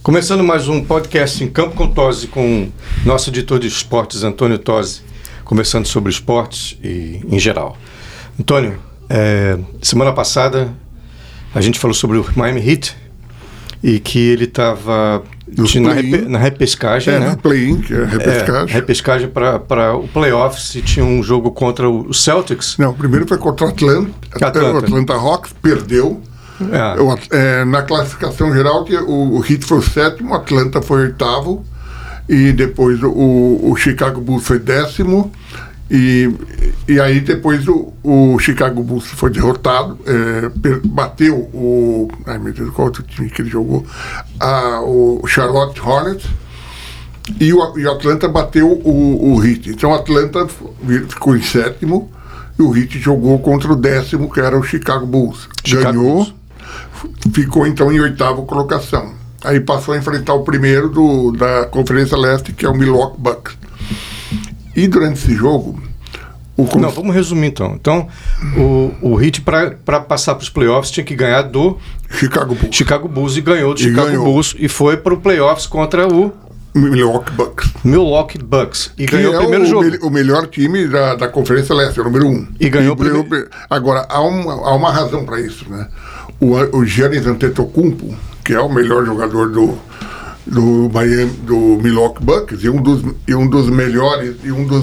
Começando mais um podcast em Campo com Tosi, com nosso editor de esportes, Antônio Tosi, conversando sobre esportes e em geral. Antônio, semana passada a gente falou sobre o Miami Heat e que ele estava na repescagem, né? No play-in, que é a repescagem. Repescagem para o playoffs, e tinha um jogo contra o Celtics. Não, primeiro foi contra o Atlanta. O Atlanta Hawks perdeu. Na classificação geral, o Heat foi o sétimo, o Atlanta foi o oitavo, e depois o Chicago Bulls foi décimo, e aí depois o Chicago Bulls foi derrotado, bateu o... Ai meu Deus, qual outro time que ele jogou? O Charlotte Hornets, e o Atlanta bateu o Heat. Então o Atlanta ficou em sétimo, e o Heat jogou contra o décimo, que era o Chicago Bulls. Ganhou, ficou então em oitava colocação. Aí passou a enfrentar o primeiro da Conferência Leste, que é o Milwaukee Bucks. E durante esse jogo... Não, vamos resumir então. Então, o Heat, para passar para os playoffs, tinha que ganhar do Chicago Bulls, e ganhou do Chicago Bulls, e foi para o playoffs contra o Milwaukee Bucks. E ganhou o primeiro jogo. O melhor time da Conferência Leste, é o número 1. E ganhou o primeiro. Agora, há uma razão para isso, né? O Giannis Antetokounmpo, que é o melhor jogador do Milwaukee Bucks, e um dos melhores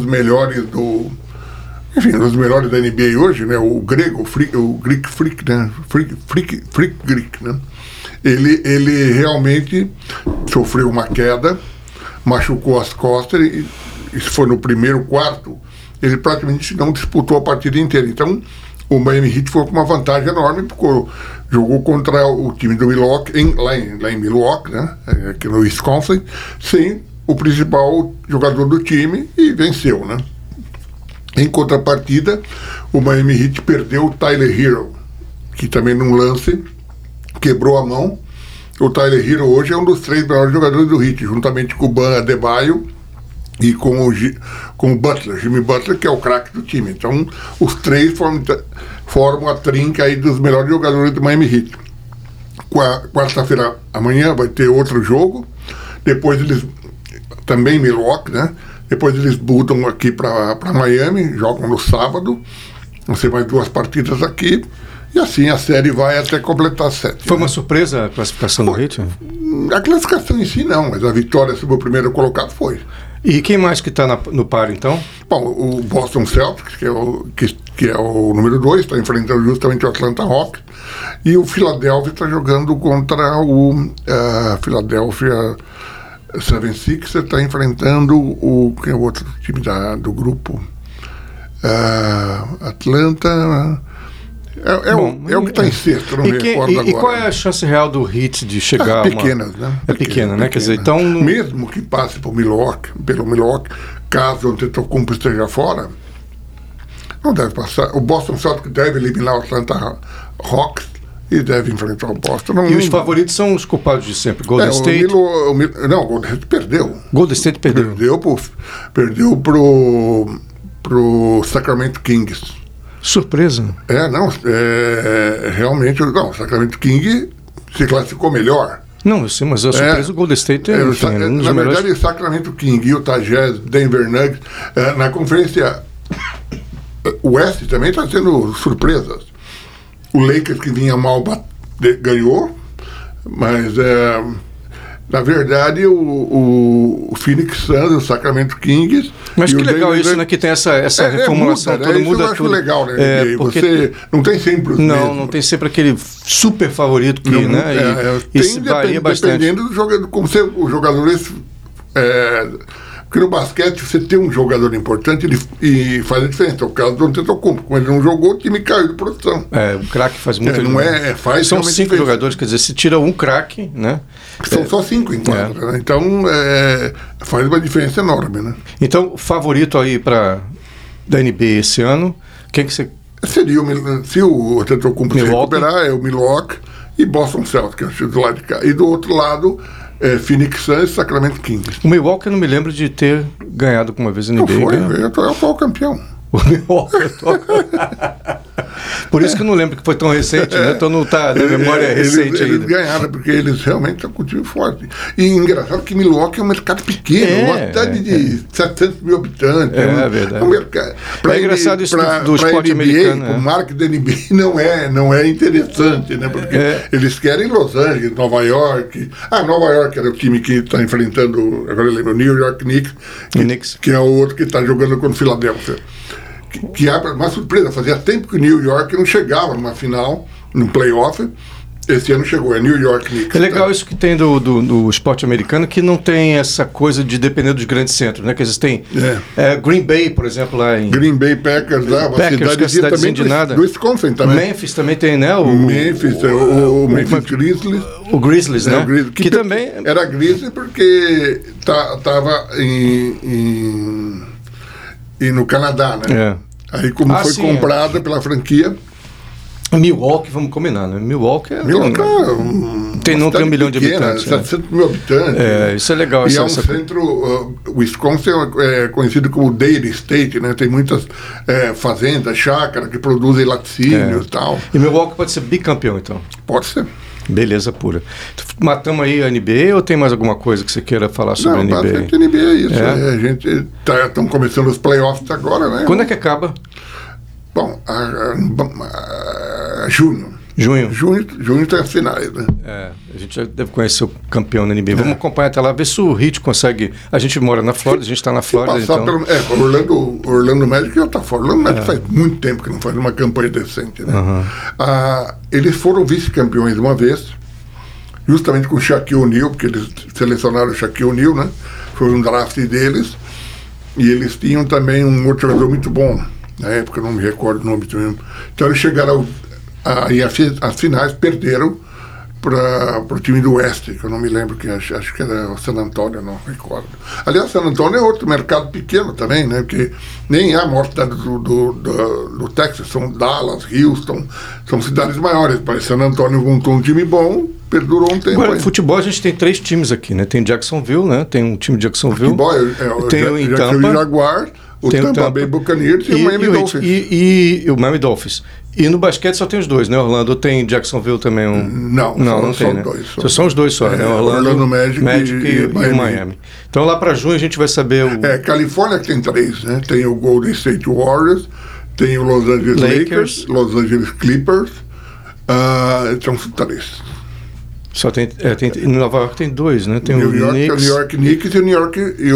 da NBA hoje, né? O grego, o Greek Freak, né? Freak Greek, né? Ele realmente sofreu uma queda, machucou as costas, e isso foi no primeiro quarto, ele praticamente não disputou a partida inteira. Então o Miami Heat foi com uma vantagem enorme, porque jogou contra o time do Milwaukee, lá em Milwaukee, né? Aqui no Wisconsin, sem o principal jogador do time, e venceu, né? Em contrapartida, o Miami Heat perdeu o Tyler Hero, que também num lance quebrou a mão. O Tyler Hero hoje é um dos 3 melhores jogadores do Heat, juntamente com o Bam Adebayo e com o Butler, Jimmy Butler, que é o craque do time. Então, os 3 formam a trinca aí dos melhores jogadores do Miami Heat. Quarta-feira, amanhã, vai ter outro jogo. Depois eles, também Milwaukee, né? Depois eles mudam aqui para Miami, jogam no sábado. Vão ser mais 2 partidas aqui. E assim a série vai até completar 7. Foi uma surpresa a classificação do Heat? A classificação em si não, mas a vitória sobre o primeiro colocado foi. E quem mais que está no par, então? Bom, o Boston Celtics, que é o número 2, está enfrentando justamente o Atlanta Hawks. E o Philadelphia está jogando contra o Philadelphia 76ers, está enfrentando quem é o outro time do grupo? Atlanta... É o que está em sexto, não me recordo agora. E qual é a chance real do Heat de chegar pequenas, né? É pequena, né? Quer dizer, então... Mesmo que passe pelo Milwaukee, caso o Antetokounmpo esteja fora, não deve passar. O Boston Celtics deve eliminar o Atlanta Hawks e deve enfrentar o Boston. E os favoritos são os culpados de sempre, Golden State? Não, o Golden State perdeu. Golden State perdeu. Perdeu pro Sacramento Kings. Surpresa. Realmente, o Sacramento King se classificou melhor. Não, eu sei, mas a surpresa o Golden State na verdade, o Sacramento King e o Jazz, Denver Nuggets, na conferência Oeste também está tendo surpresas. O Lakers, que vinha mal, ganhou, mas na verdade o Phoenix Suns, o Sacramento Kings... Mas que legal isso, né? Que tem essa reformulação, muda, né? Muda tudo. Eu acho legal, né? Porque você não tem sempre os mesmos. Não tem sempre aquele super favorito que, né? Isso varia bastante. Dependendo do jogador, como os jogadores... Porque no basquete você tem um jogador importante e faz a diferença. É o caso do Antetokounmpo. Quando ele não jogou, o time caiu de produção. O craque faz muito. São 5 jogadores, quer dizer, se tira um craque, né? São só 5 em quadra, né? Então faz uma diferença enorme, né? Então, favorito aí da NBA esse ano, quem que você... Seria se o Antetokounmpo se recuperar, é o Milwaukee e Boston Celtics, do lado de cá. E do outro lado... Phoenix Suns e Sacramento Kings. O Milwaukee eu não me lembro de ter ganhado uma vez na NBA. Não foi, eu atual campeão. O Milwaukee Por isso que eu não lembro que foi tão recente, né? Então não está na memória recente ainda. Eles ganharam, porque eles realmente estão com um time forte. E engraçado que Milwaukee é um mercado pequeno, uma cidade de 700 mil habitantes. É verdade. Um mercado, é engraçado isso do esporte NBA, americano. O marketing da NBA não é interessante, né? Porque eles querem Los Angeles, Nova York. Nova York era o time que está enfrentando, agora eu lembro, o New York Knicks, que é o outro que está jogando contra o Philadelphia. Que é uma surpresa, fazia tempo que o New York não chegava numa final, num playoff. Esse ano chegou, é New York Knicks. É legal isso que tem do esporte americano, que não tem essa coisa de depender dos grandes centros, né? Que eles têm Green Bay, por exemplo, lá em... Green Bay Packers, lá, uma cidadezinha também de nada. Do Wisconsin também. Memphis também tem, né? O Memphis Grizzlies. O Grizzlies, né? Que também... Era Grizzlies porque estava no Canadá, né? Aí como foi comprada pela franquia... Milwaukee, vamos combinar, né? Milwaukee tem 1 milhão de habitantes. 700 mil habitantes. Isso é legal. E é um centro... Wisconsin é conhecido como Dairy State, né? Tem muitas fazendas, chácaras que produzem laticínios e tal. E Milwaukee pode ser bicampeão, então? Pode ser. Beleza pura. Matamos aí a NBA ou tem mais alguma coisa que você queira falar sobre a NBA? Não, a NBA é isso. A gente estão começando os playoffs agora, né? Quando é que acaba? Bom, junho. Junho tem as finais, né? A gente já deve conhecer o campeão da NBA. Vamos acompanhar até lá, ver se o Heat consegue... A gente mora na Flórida, a gente está na Flórida, então... Orlando Magic já está fora. Orlando Magic faz muito tempo que não faz uma campanha decente, né? Eles foram vice-campeões uma vez, justamente com o Shaquille O'Neal, porque eles selecionaram o Shaquille O'Neal, né? Foi um draft deles. E eles tinham também um outro jogador muito bom. Na época, eu não me recordo o nome mesmo. Então eles chegaram aí as finais, perderam para o time do Oeste, que eu não me lembro, acho que era o San Antonio, não recordo. Aliás, San Antonio é outro mercado pequeno também, né? Porque nem é a maior cidade do Texas, são Dallas, Houston, são cidades maiores. Mas San Antonio montou um time bom, perdurou um tempo. Agora, futebol, a gente tem 3 times aqui, né? Tem Jacksonville, né? Tem um time de Jacksonville. Futebol tem o Jacksonville Jaguars, o Tampa Bay Buccaneers e o Miami Dolphins. E o Miami Dolphins. E no basquete só tem os dois, né? Orlando tem Jacksonville também Não tem, são né? Dois. São os dois só, né? Orlando Magic e o Miami. Então lá para junho a gente vai saber Califórnia tem 3, né? Tem o Golden State Warriors, tem o Los Angeles Lakers, Los Angeles Clippers, são 3. Só tem em Nova York tem 2, né? Tem New York Knicks e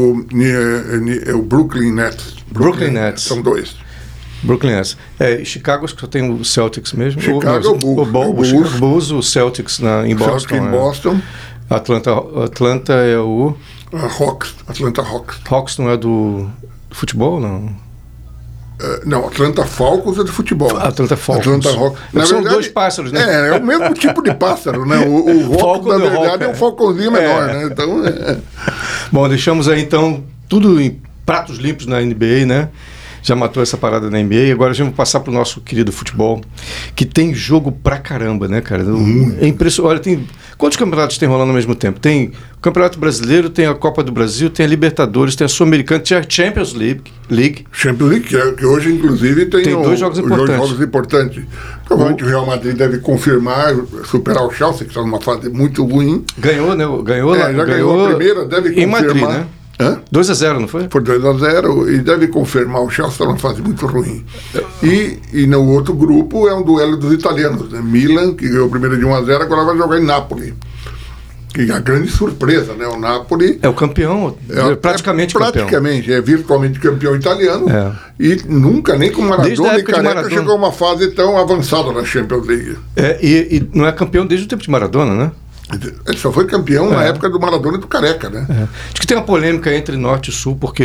o Brooklyn Nets. Brooklyn Nets. São 2. Brooklyn Nets. Chicago só tem o Celtics mesmo. Chicago, o Bulls, o Celtics em Boston. Atlanta é o... Atlanta Hawks. Hawks não é do futebol, não? Não, Atlanta Falcons é de futebol. Atlanta Falcons. Atlanta Hawks. São 2 pássaros, né? É o mesmo tipo de pássaro, né? O Falcon, na verdade, é um falcãozinho menor, né? Então, Bom, deixamos aí, então, tudo em pratos limpos na NBA, né? Já matou essa parada na NBA. Agora a gente vai passar pro nosso querido futebol, que tem jogo pra caramba, né, cara? É impressionante. Olha, tem... Quantos campeonatos tem rolando ao mesmo tempo? Tem o Campeonato Brasileiro, tem a Copa do Brasil, tem a Libertadores, tem a Sul-Americana, tem a Champions League. Champions League, que hoje, inclusive, tem 2 jogos importantes. Provavelmente o Real Madrid deve confirmar, superar o Chelsea, que está numa fase muito ruim. Ganhou, né? Ganhou a primeira, deve confirmar. Em Madrid, né? 2-0, não foi? Por 2-0, e deve confirmar. O Chelsea está numa fase muito ruim. E no outro grupo é um duelo dos italianos, né? Milan, que ganhou o primeiro de 1-0, agora vai jogar em Nápoles. Que é a grande surpresa, né? O Napoli é o campeão, praticamente é virtualmente campeão italiano. E nunca, nem com Maradona e Careca, chegou a uma fase tão avançada na Champions League. E não é campeão desde o tempo de Maradona, né? Ele só foi campeão na época do Maradona e do Careca, né? Acho que tem uma polêmica entre Norte e Sul, porque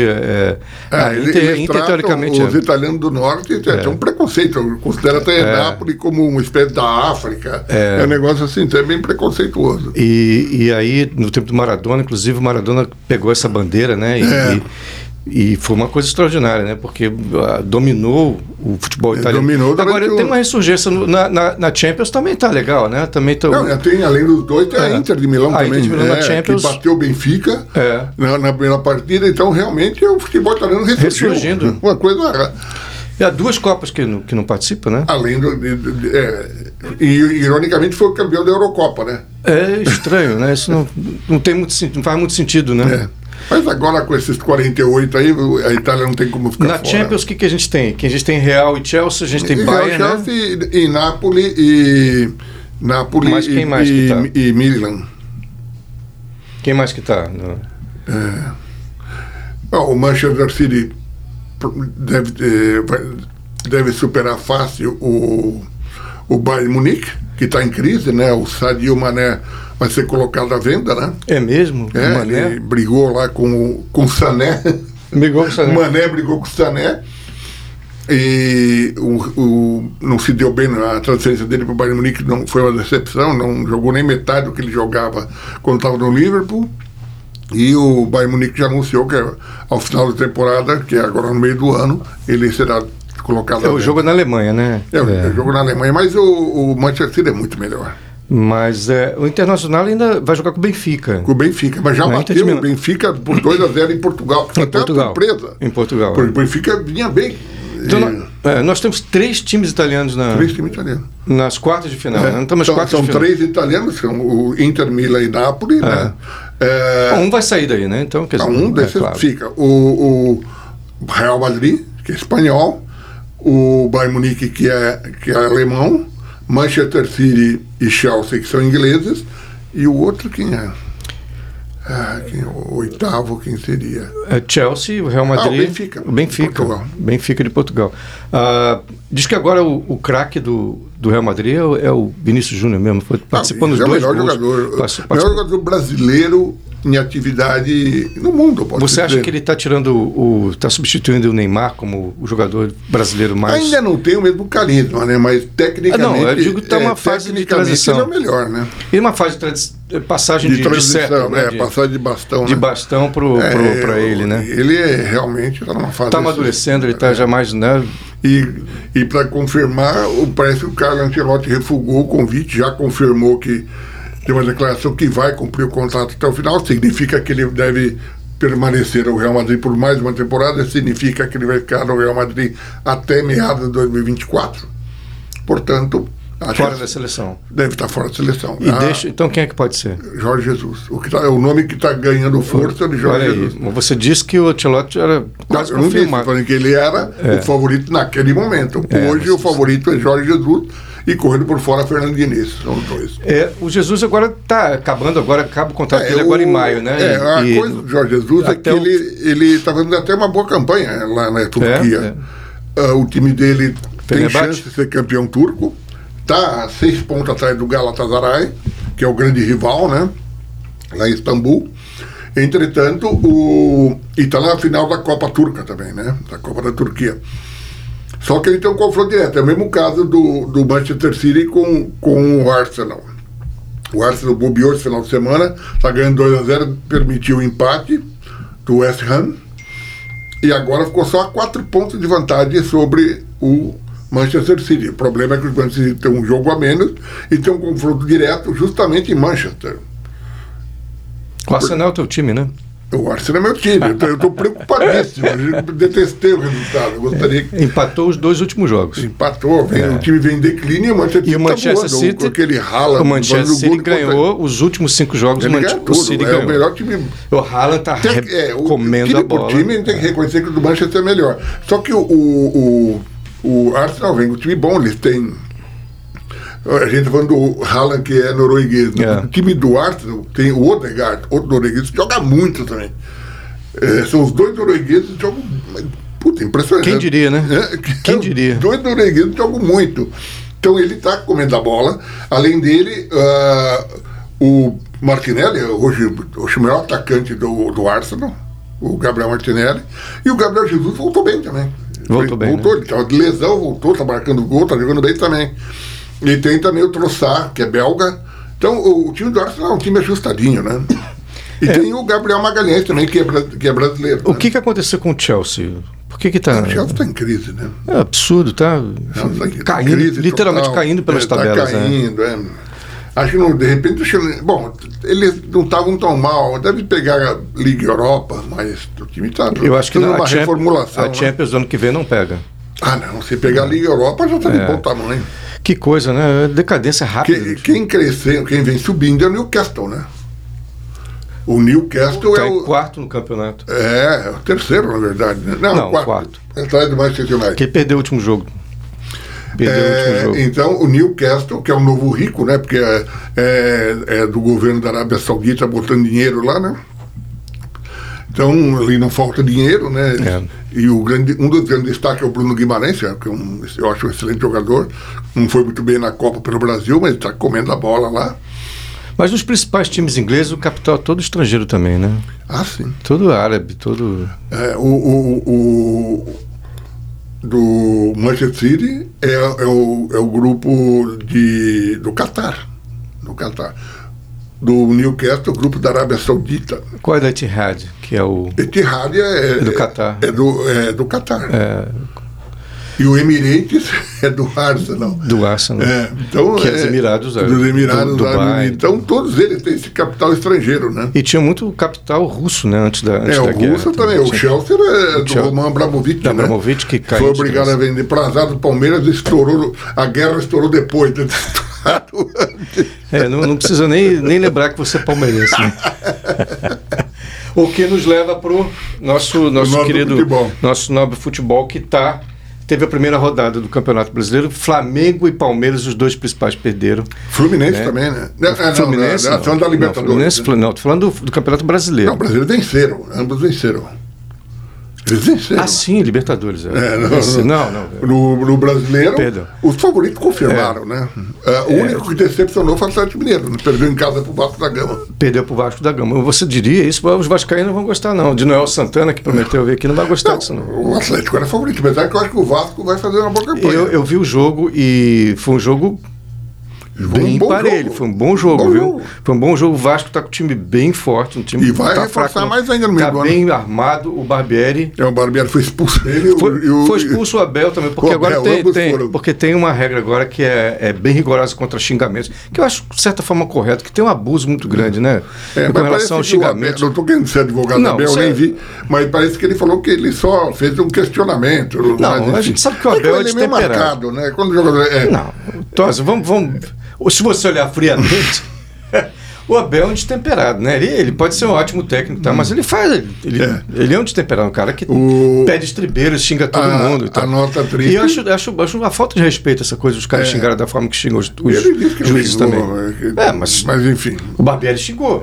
eles teoricamente os italianos do Norte tem um preconceito, considera até Nápoles como uma espécie da África. É um negócio assim, é bem preconceituoso. E aí, no tempo do Maradona, inclusive, o Maradona pegou essa bandeira, né? E foi uma coisa extraordinária, né? Porque dominou o futebol italiano. Agora tem uma ressurgência na Champions, também tá legal, né? Também tem, além dos dois, tem a Inter de Milão também. Inter de Milão na Champions, que bateu o Benfica na primeira partida. Então, realmente, o futebol italiano ressurgindo. Uma coisa... E há 2 Copas que não participa, né? Além e ironicamente foi o campeão da Eurocopa, né? É estranho, né? Isso não tem muito, não faz muito sentido, né? Mas agora com esses 48 aí, a Itália não tem como ficar fora. Na Champions, o que a gente tem? Que a gente tem Real e Chelsea, a gente tem Bayern, Chelsea, né? E Napoli Mas quem mais que tá? E Milan. Quem mais que tá? O Manchester City deve superar fácil o Bayern Munique, que está em crise, né? O Sadio Mané vai ser colocado à venda, né? É mesmo? Mané? Ele brigou lá com o Sané. Brigou com o Sané. Mané brigou com o Sané. E não se deu bem a transferência dele para o Bayern Munique, não foi uma decepção, não jogou nem metade do que ele jogava quando estava no Liverpool. E o Bayern Munique já anunciou que ao final da temporada, que é agora no meio do ano, ele será colocado. O jogo na Alemanha, né? O jogo na Alemanha, mas o Manchester City é muito melhor. Mas o Internacional ainda vai jogar com o Benfica. Com o Benfica, mas já bateu o Benfica por 2-0 em Portugal, que foi até uma surpresa. Em Portugal. Porque o Benfica vinha bem. Então, nós temos 3 times italianos 3 times italianos. Nas quartas de final. Né? São 3 italianos, são o Inter, Milan e Napoli. Né? Um vai sair daí, né? Então, quer dizer, um desses fica. O Real Madrid, que é espanhol, o Bayern Munique, que é alemão, Manchester City e Chelsea, que são ingleses, e o outro quem é? O oitavo, quem seria? Chelsea, o Real Madrid. O Benfica. Benfica de Portugal. Diz que agora o craque do Real Madrid é o Vinícius Júnior mesmo. Foi participando dos 2 gols. O melhor jogador brasileiro em atividade no mundo. Você acha que ele está tirando está substituindo o Neymar como o jogador brasileiro mais... Ainda não tem o mesmo carisma, né? Mas tecnicamente... eu digo que está uma fase de transição. Ele é o melhor, né? E uma fase de passagem de transição, né? Passagem de bastão, de bastão para ele, né? Ele realmente está numa fase... Está amadurecendo, ele está já mais... Né? E para confirmar, parece que o Carlo Ancelotti refugou o convite, já confirmou que tem uma declaração que vai cumprir o contrato até o final, significa que ele deve permanecer ao Real Madrid por mais uma temporada, significa que ele vai ficar no Real Madrid até meados de 2024. Portanto, fora da seleção. Deve estar fora da seleção. Então quem é que pode ser? Jorge Jesus. O nome que está ganhando força de Jorge Jesus. Você disse que o Ancelotti era quase confirmado. Falei que ele era o favorito naquele momento. Hoje o favorito é Jorge Jesus e correndo por fora Fernando Diniz. São os 2. O Jesus agora está acaba o contrato dele agora em maio, né? A coisa do Jorge Jesus é que ele está fazendo até uma boa campanha lá na Turquia. O time dele tem chance de ser campeão turco. Está a 6 pontos atrás do Galatasaray, que é o grande rival, né? Lá em Istambul. Entretanto, e está na final da Copa Turca também, né? Da Copa da Turquia. Só que ele tem um confronto direto. É o mesmo caso do Manchester City com o Arsenal. O Arsenal bobeou esse final de semana, está ganhando 2-0, permitiu o empate do West Ham. E agora ficou só a 4 pontos de vantagem sobre o Manchester City. O problema é que o Manchester City tem um jogo a menos e tem um confronto direto justamente em Manchester. O Arsenal é o teu time, né? O Arsenal é meu time. Eu estou preocupadíssimo. Eu detestei o resultado. Eu gostaria que... Empatou os 2 últimos jogos. Empatou. O time vem em declínio e o Manchester City com aquele Haaland. O Manchester City ganhou os últimos 5 jogos. O City ganhou. É o melhor time. O Haaland está comendo a bola. O time tem que reconhecer que o do Manchester é melhor. Só que o Arsenal vem com um time bom. Eles têm... A gente está falando do Haaland, que é norueguês. O time do Arsenal tem o Odegaard, outro norueguês, que joga muito também. São os 2 noruegueses que jogam... Puta, impressionante. Quem diria, né? Quem diria? 2 noruegueses jogam muito. Então ele está comendo a bola. Além dele, o Martinelli, hoje o maior atacante do Arsenal, o Gabriel Martinelli. E o Gabriel Jesus voltou bem também. Voltou, né? Ele estava de lesão, voltou, está marcando gol, está jogando bem também. E tem também o Trossard, que é belga. Então, o time do Arsenal é um time ajustadinho, né? E tem o Gabriel Magalhães também, que é brasileiro. O que aconteceu com o Chelsea? Por que tá... O Chelsea está em crise, né? É absurdo, tá caindo, crise literalmente total, caindo pelas tabelas. Está caindo, Acho que, de repente, eles não estavam tão mal. Deve pegar a Liga Europa, mas o time está Eu acho que uma reformulação. A Champions ano que vem não pega. Ah, não, se pegar a Liga Europa já está de bom tamanho. Que coisa, né? Decadência rápida. Quem cresceu, quem vem subindo é o Newcastle, né? O Newcastle tá é em o quarto no campeonato. É o terceiro, na verdade. Né? Não, quarto. Atrás do Manchester United. Que perdeu o último jogo. Então, o Newcastle, que é o novo rico, né? Porque é do governo da Arábia Saudita botando dinheiro lá, né? Então, ali não falta dinheiro, né? E um dos grandes destaques é o Bruno Guimarães, que eu acho um excelente jogador. Não foi muito bem na Copa pelo Brasil, mas está comendo a bola lá. Mas nos principais times ingleses, o capital é todo estrangeiro também, né? Ah, sim. Todo árabe, todo... do Manchester City é o grupo do Qatar. Do Newcastle, o grupo da Arábia Saudita. Qual é da Etihad, que é o... Etihad é do Qatar. É do Qatar. E o Emirates é do Arsenal. Do Arsenal. Então, que é dos Emirados Árabes. Dos Emirados Dubai. Então, todos eles têm esse capital estrangeiro, né? E tinha muito capital russo, né? Antes da guerra. O russo também. O Chelsea é do Roman Abramovich, né? Abramovich que caiu. Foi obrigado a vender para azar do Palmeiras, a guerra estourou depois. Não precisa nem lembrar que você é palmeirense, né? O que nos leva para o nosso querido futebol. Nosso nobre futebol que teve a primeira rodada do Campeonato Brasileiro. Flamengo e Palmeiras, os dois principais, perderam. Fluminense também, né? Fluminense não, da Libertadores. Não, tô falando do Campeonato Brasileiro. Não, o Brasileiro venceram. Ambos venceram. Eles venceram. Ah, sim, Libertadores. No Brasileiro, Perdão. Os favoritos confirmaram, né? O único que decepcionou foi o Atlético Mineiro. Perdeu em casa pro Vasco da Gama. Perdeu pro Vasco da Gama. Você diria isso, os vascaínos não vão gostar, não. De Noel Santana, que prometeu vir aqui, não vai gostar disso, não. O Atlético era favorito, apesar que eu acho que o Vasco vai fazer uma boa campanha. Eu vi o jogo e foi um jogo... bem parelho, foi um bom jogo, viu? Foi um bom jogo. O Vasco tá com o time bem forte, um time e vai reforçar fraco, mais ainda no meio do ano. Tá bem armado, o Barbieri. O Barbieri foi expulso dele. Foi expulso o Abel também, porque agora porque tem uma regra agora que é bem rigorosa contra xingamentos, que eu acho de certa forma correto, que tem um abuso muito grande, né? Com relação aos xingamentos. Não estou querendo ser advogado do Abel, nem vi, mas parece que ele falou que ele só fez um questionamento. Não, a gente sabe que o Abel é destemperado. Marcado, né? Quando o jogador Não, então, vamos se você olhar friamente, o Abel é um destemperado, né? Ele pode ser um ótimo técnico, tá? Mas ele é um destemperado, um cara que pede estribeiro, xinga todo mundo. A nota triste. E eu acho uma falta de respeito essa coisa, os caras xingaram da forma que xingam os juízes também. Mas enfim. O Barbieri xingou.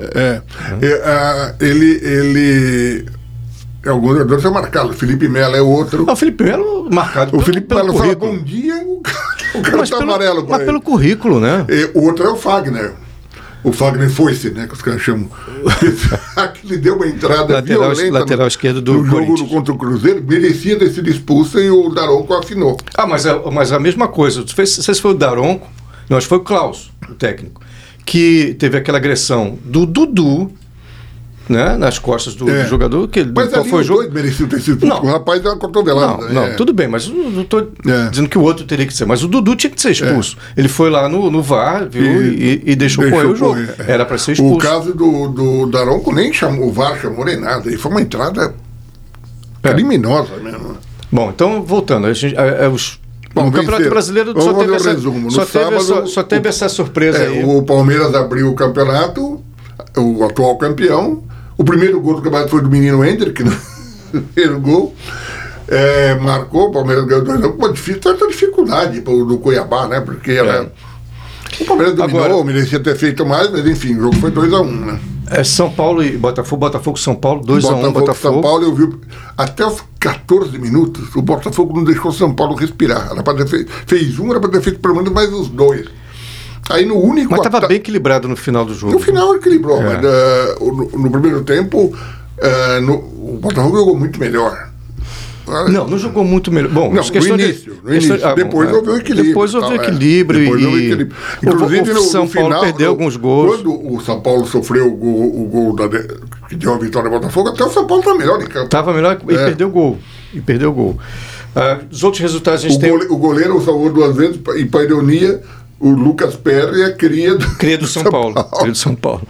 Alguns jogadores são marcados. O Felipe Melo é outro. O Felipe Melo marcado. O Felipe Melo fala bom dia, o cara tá amarelo. Mas pelo currículo, né? O outro é o Fagner. O Fagner Foice, né? Que os caras chamam. Que lhe deu uma entrada violenta lateral esquerdo do jogo contra o Cruzeiro. Merecia ter sido expulso e o Daronco assinou. Mas a mesma coisa. Não sei se foi o Daronco, não, acho que foi o Klaus, o técnico, que teve aquela agressão do Dudu, né, nas costas do jogador. Mas ali foi o jogo? Mereciam ter sido expulso. O rapaz deu uma cotovelada. Não, tudo bem, mas não estou dizendo que o outro teria que ser. Mas o Dudu tinha que ser expulso. Ele foi lá no VAR, viu, e deixou correr o jogo. Era para ser expulso. O caso do Daronco nem chamou, o VAR chamou nem nada. E foi uma entrada criminosa mesmo. Bom, então, voltando. O Campeonato Brasileiro só teve essa surpresa aí. O Palmeiras abriu o campeonato, o atual campeão. O primeiro gol do campeonato foi do menino Hendrick, no primeiro gol. Marcou, o Palmeiras ganhou 2-1 com uma certa dificuldade do Cuiabá, né? Porque o Palmeiras dominou, merecia ter feito mais, mas enfim, o jogo foi 2-1, né? São Paulo e Botafogo São Paulo, 2-1 Botafogo. São Paulo, eu vi até os 14 minutos, o Botafogo não deixou o São Paulo respirar. Era para ter fez um, era para ter feito pelo menos mais os dois. Aí no único. Mas estava bem equilibrado no final do jogo. No final equilibrou, mas no primeiro tempo o Botafogo jogou muito melhor. Não jogou muito melhor. Bom, no início. Depois houve o equilíbrio. Depois houve o equilíbrio. Inclusive, o São Paulo perdeu alguns gols. Quando o São Paulo sofreu o gol que deu a vitória ao Botafogo, até o São Paulo estava melhor em campo. Estava melhor e perdeu o gol. Os outros resultados a gente tem. O goleiro salvou 2 vezes, e para ironia, o Lucas Perry é cria do São Paulo. Cria do São Paulo.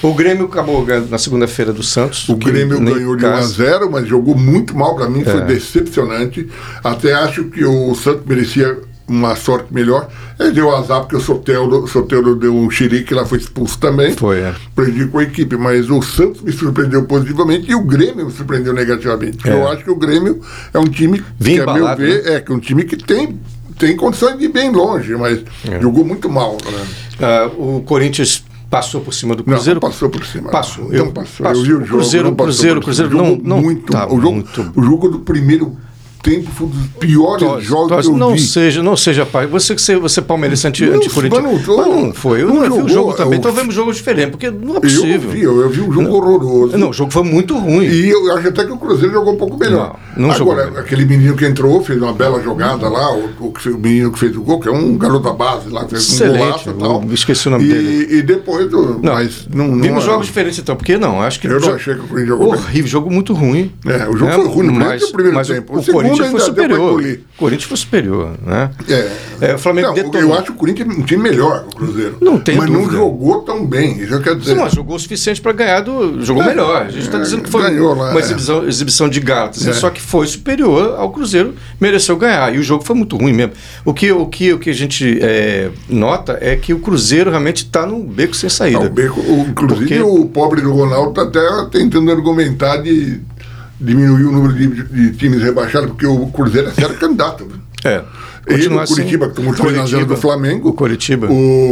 O Grêmio acabou ganhando na segunda-feira do Santos. O Grêmio ganhou de 1-0, mas jogou muito mal. Para mim foi decepcionante. Até acho que o Santos merecia uma sorte melhor. Ele deu azar porque o Soteldo deu um xerique, lá foi expulso também. Foi, prejudicou a equipe, mas o Santos me surpreendeu positivamente e o Grêmio me surpreendeu negativamente. Eu acho que o Grêmio é um time que, a meu ver, que é um time que tem condições de ir bem longe, mas jogou muito mal. Né? O Corinthians passou por cima do Cruzeiro? Não passou por cima. Passou. Eu vi o jogo. Cruzeiro não muito. Tá o jogo do primeiro tempo foi um dos piores jogos que eu vi. Não seja pai. Você palmeirense anti-Corinthians. Não foi. Eu vi o jogo também. Então vemos jogos diferentes, porque não é possível. Eu vi um jogo horroroso. Não, o jogo foi muito ruim. E eu acho até que o Cruzeiro jogou um pouco melhor. Não Agora, jogou aquele menino que entrou, fez uma bela jogada lá, o menino que fez o gol, que é um garoto da base lá, fez um golaço e tal. Esqueci o nome dele. E depois... Vimos jogos diferentes então, porque não, acho que... Eu não achei que o Corinthians jogou horrível, jogo muito ruim. O jogo foi ruim no primeiro tempo. O Corinthians foi superior. O Corinthians foi superior, né? O Flamengo eu acho que o Corinthians é um time melhor que o Cruzeiro. Não tem mas dúvida. Não jogou tão bem, isso quer dizer. Sim, mas jogou o suficiente para ganhar jogou melhor. A gente está dizendo que foi uma exibição de gatos. Só que foi superior ao Cruzeiro, mereceu ganhar. E o jogo foi muito ruim mesmo. O que a gente nota é que o Cruzeiro realmente está num beco sem saída. Inclusive o pobre do Ronaldo está até tentando argumentar de diminuir o número de times rebaixados, porque o Cruzeiro é sério candidato. Ele, o Curitiba, que tomou 3-0 do Flamengo. O Curitiba.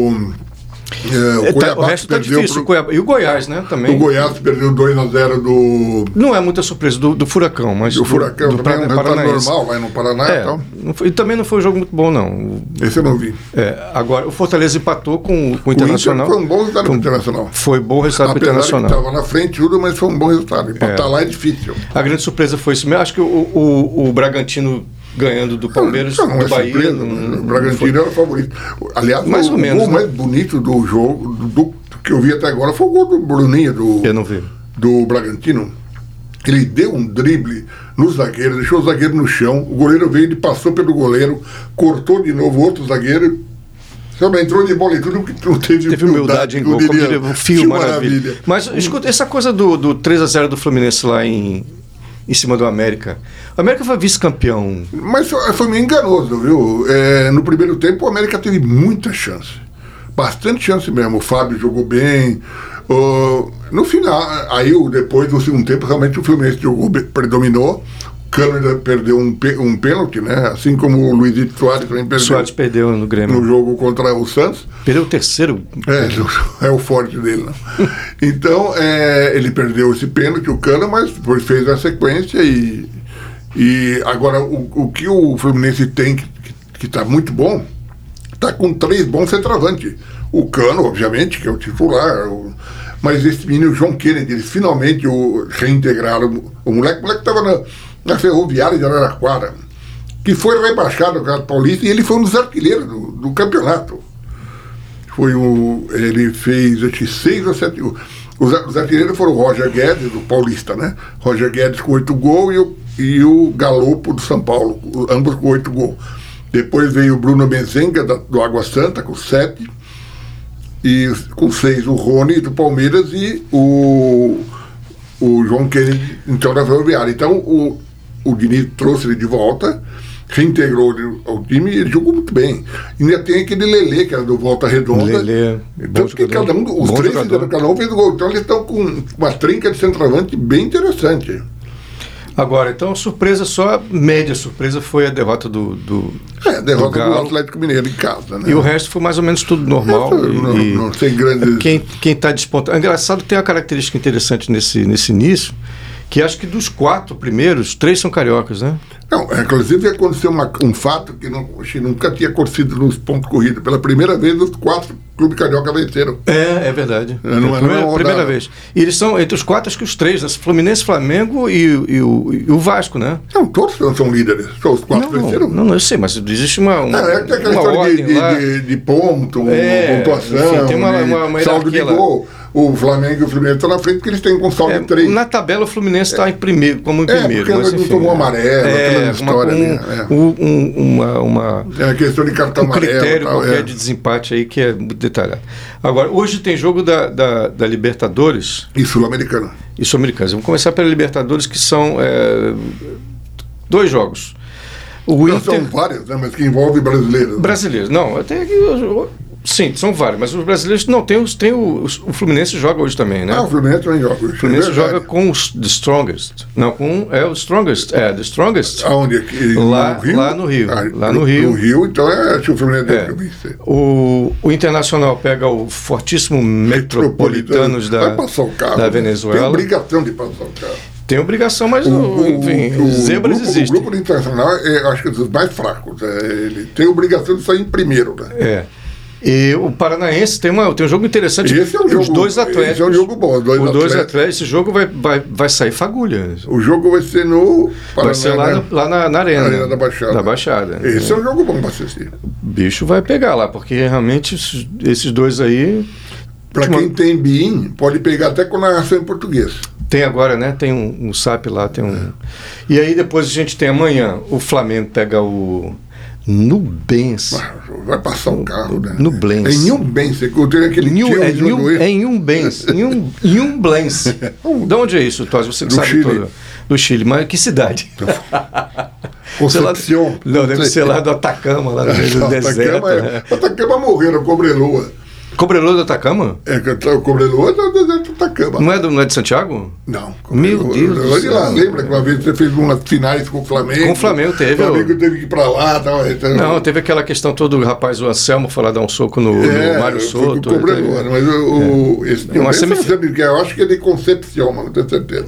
O Cuiabá o resto está difícil. E o Goiás, né? Também. O Goiás perdeu 2-0 do... Não é muita surpresa do Furacão, mas... O Furacão também é um resultado normal, vai no Paraná e tal. E também não foi um jogo muito bom, não. Esse eu não vi. Agora, o Fortaleza empatou com o Internacional. Foi um bom resultado pro Internacional. Foi bom resultado pro Internacional. Estava na frente tudo, mas foi um bom resultado. Empatar lá é difícil. A grande surpresa foi isso mesmo. Acho que o Bragantino ganhando do Palmeiras, do Bahia. O Bragantino era o favorito. Aliás, mais ou menos, o gol mais bonito do jogo, do que eu vi até agora, foi o gol do Bruninho, eu não vi. Do Bragantino. Ele deu um drible no zagueiro, deixou o zagueiro no chão, o goleiro veio, ele passou pelo goleiro, cortou de novo outro zagueiro. Só entrou de bola e tudo, porque não teve humildade em gol, como diria o Fio, maravilha. Mas escuta, essa coisa do 3-0 do Fluminense lá em cima do América. O América foi vice-campeão. Mas foi meio enganoso, viu? No primeiro tempo o América teve muita chance. Bastante chance mesmo. O Fábio jogou bem. No final, aí depois do segundo tempo, realmente o Fluminense predominou. O Cano ainda perdeu um pênalti, né? Assim como o Luizito Soares também perdeu. Soares perdeu no Grêmio. No jogo contra o Santos. Perdeu o terceiro. É o forte dele, não. Então, ele perdeu esse pênalti, o Cano, mas depois fez a sequência e agora o que o Fluminense tem, que está muito bom, está com 3 bons centroavantes. O Cano, obviamente, que é o titular, mas esse menino, o João Kennedy, eles finalmente reintegraram o moleque estava na Ferroviária de Araraquara, que foi rebaixado no Campeonato Paulista, e ele foi um dos artilheiros do campeonato. Ele fez, acho que 6 ou 7 gols. Os artilheiros foram o Roger Guedes, do Paulista, né? Roger Guedes com 8 gols e o Galopo do São Paulo, ambos com 8 gols. Depois veio o Bruno Benzenga, do Água Santa, com 7. E com 6 o Rony, do Palmeiras, e o João Kennedy, então, da Ferroviária. Então, o Diniz trouxe ele de volta, reintegrou ao time e ele jogou muito bem. Ainda tem aquele Lelê, que era do Volta Redonda. Lelê, tanto que cada os 3 fizeram, cada um fez o gol. Então eles estão com uma trinca de centroavante bem interessante. Agora, então, média surpresa foi a derrota do derrota do Atlético Mineiro em casa, né? E o resto foi mais ou menos tudo normal. Não tem grandes... Quem está despontando... É engraçado, tem uma característica interessante nesse início, que acho que dos 4 primeiros, 3 são cariocas, né? Não, inclusive aconteceu um fato que nunca tinha acontecido nos pontos corridos. Pela primeira vez, os 4 clubes carioca venceram. É verdade. Não é primeira vez. E eles são, entre os 4, acho que os 3, né? Fluminense, Flamengo e o Vasco, né? Não, todos não são líderes. Só os 4 venceram. Não, eu sei, mas existe uma tem aquela história de ponto, pontuação, enfim, tem uma saldo de gol. o Flamengo e o Fluminense estão na frente porque eles têm um saldo de 3. Na tabela o Fluminense está em primeiro, como em primeiro. Porque mas, enfim, tomou amarelo, aquela história. É questão de cartão amarelo. Critério qualquer de desempate aí que é muito detalhado. Agora, hoje tem jogo da Libertadores. E Sul-Americana. E Sul-Americana. Vamos começar pela Libertadores, que são 2 jogos. O Inter... São vários, né? Mas que envolve brasileiros. Brasileiros. Não, até aqui... Sim, são vários, mas os brasileiros não tem o Fluminense joga hoje também, né? O Fluminense também joga hoje. O Fluminense joga com os The Strongest. Não, com o Strongest. The Strongest. Aonde aqui? Lá no Rio. Lá no Rio. No Rio, então acho que o Fluminense deve vencer. O Internacional pega o fortíssimo Metropolitanos vai passar o carro, da Venezuela. Tem obrigação de passar o carro. Tem obrigação, mas enfim, zebras existem. O grupo do Internacional acho que é dos mais fracos. Ele tem obrigação de sair em primeiro, né? E o Paranaense tem um jogo interessante. Esse é um os dois Atléticos. Esse é um jogo bom. Os dois Atléticos. Esse jogo vai sair fagulha. O jogo vai ser no Paraná, vai ser lá na Arena. Na Arena da Baixada. Esse é um jogo bom para assistir. O bicho vai pegar lá, porque realmente esses dois aí... Para quem tem BIM, pode pegar até com narração em português. Tem agora, né? Tem um SAP lá, tem um... E aí depois a gente tem amanhã, o Flamengo pega o... Nublense. Vai passar um carro, né? Nublense. É Nublense, eu tenho aquele Nublense. De onde é isso, Tosi? Você que sabe Chile. Todo. Do Chile. Mas que cidade? Concepción. Não, deve ser lá do Atacama, lá no meio do deserto. Atacama morreram, Cobreloa. Cobreloa do Atacama? O Cobreloa é do deserto do Atacama. Não é de Santiago? Não. Meu Deus do céu. Lá, lembra que uma vez você fez umas finais com o Flamengo? Com o Flamengo teve. O Flamengo teve que ir pra lá. Então... Não, teve aquela questão toda, o rapaz, o Anselmo, foi lá dar um soco no Mário Soto. Com o Cobreloa, mas esse eu acho que é de Concepción, mas não tenho certeza.